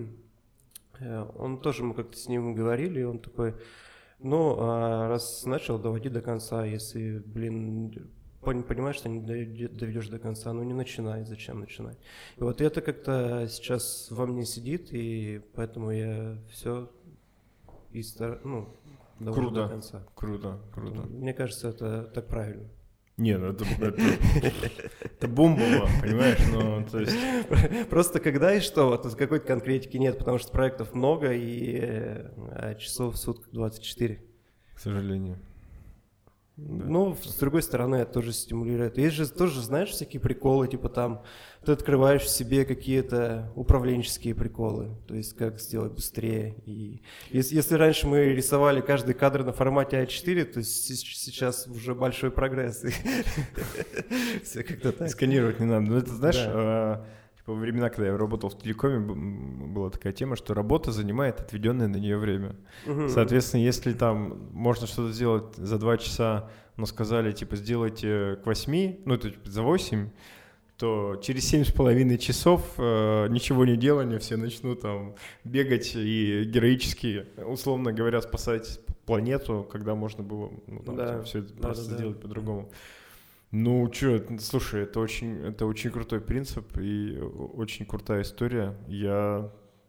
он тоже, мы как-то с ним говорили, и он такой... Ну, а раз начал, доводи до конца. Если, блин, понимаешь, что не доведешь до конца, ну не начинай, зачем начинать. И вот это как-то сейчас во мне сидит, и поэтому я все и стар... ну, довожу Круто, до конца. Круто, круто. Мне кажется, это так правильно. Не, ну это, это, это бомба, понимаешь, ну, то есть... Просто когда и что, вот какой-то конкретики нет, потому что проектов много, и а часов в сутках двадцать четыре. К сожалению. Да. Ну, с другой стороны, это тоже стимулирует. Есть же тоже, знаешь, всякие приколы, типа там, ты открываешь в себе какие-то управленческие приколы, то есть как сделать быстрее. И если, если раньше мы рисовали каждый кадр на формате а четыре, то сейчас уже большой прогресс. Все как-то так. Сканировать не надо. Ну, это, знаешь, во времена, когда я работал в телекоме, была такая тема, что работа занимает отведенное на нее время. Uh-huh. Соответственно, если там можно что-то сделать за два часа, но сказали, типа, сделайте к восьми, ну, это за восемь, то через семь с половиной часов э, ничего не делания все начнут там бегать и героически, условно говоря, спасать планету, когда можно было ну, там, да. типа, все это да, просто да, сделать да. по-другому. Ну, что, слушай, это очень, это очень крутой принцип и очень крутая история. Я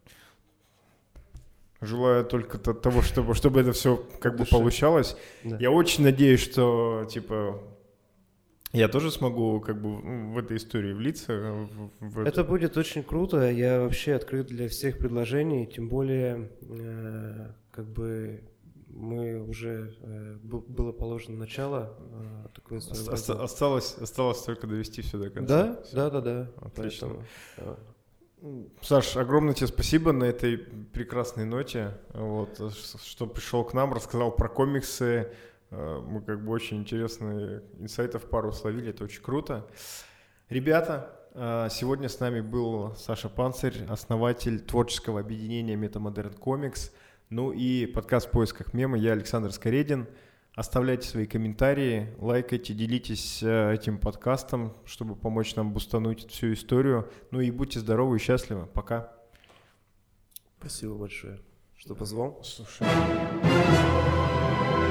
желаю только того, чтобы, чтобы это все как бы получалось. Да. Я очень надеюсь, что, типа, я тоже смогу как бы в этой истории влиться. В, в это эту... будет очень круто. Я вообще открыт для всех предложений, тем более, э, как бы... Мы уже э, было положено начало э, такой Оста- осталось, осталось только довести все до конца. Да, все. да, да, да. Отлично. Поэтому... Саш, огромное тебе спасибо на этой прекрасной ноте, вот, что пришел к нам, рассказал про комиксы. Мы как бы очень интересные инсайтов пару словили, это очень круто. Ребята, сегодня с нами был Саша Панцирь, основатель творческого объединения Метамодерн Комикс. Ну и подкаст «В поисках мема». Я Александр Скоредин. Оставляйте свои комментарии, лайкайте, делитесь этим подкастом, чтобы помочь нам бустануть всю историю. Ну и будьте здоровы и счастливы. Пока. Спасибо большое, что позвал. Слушай.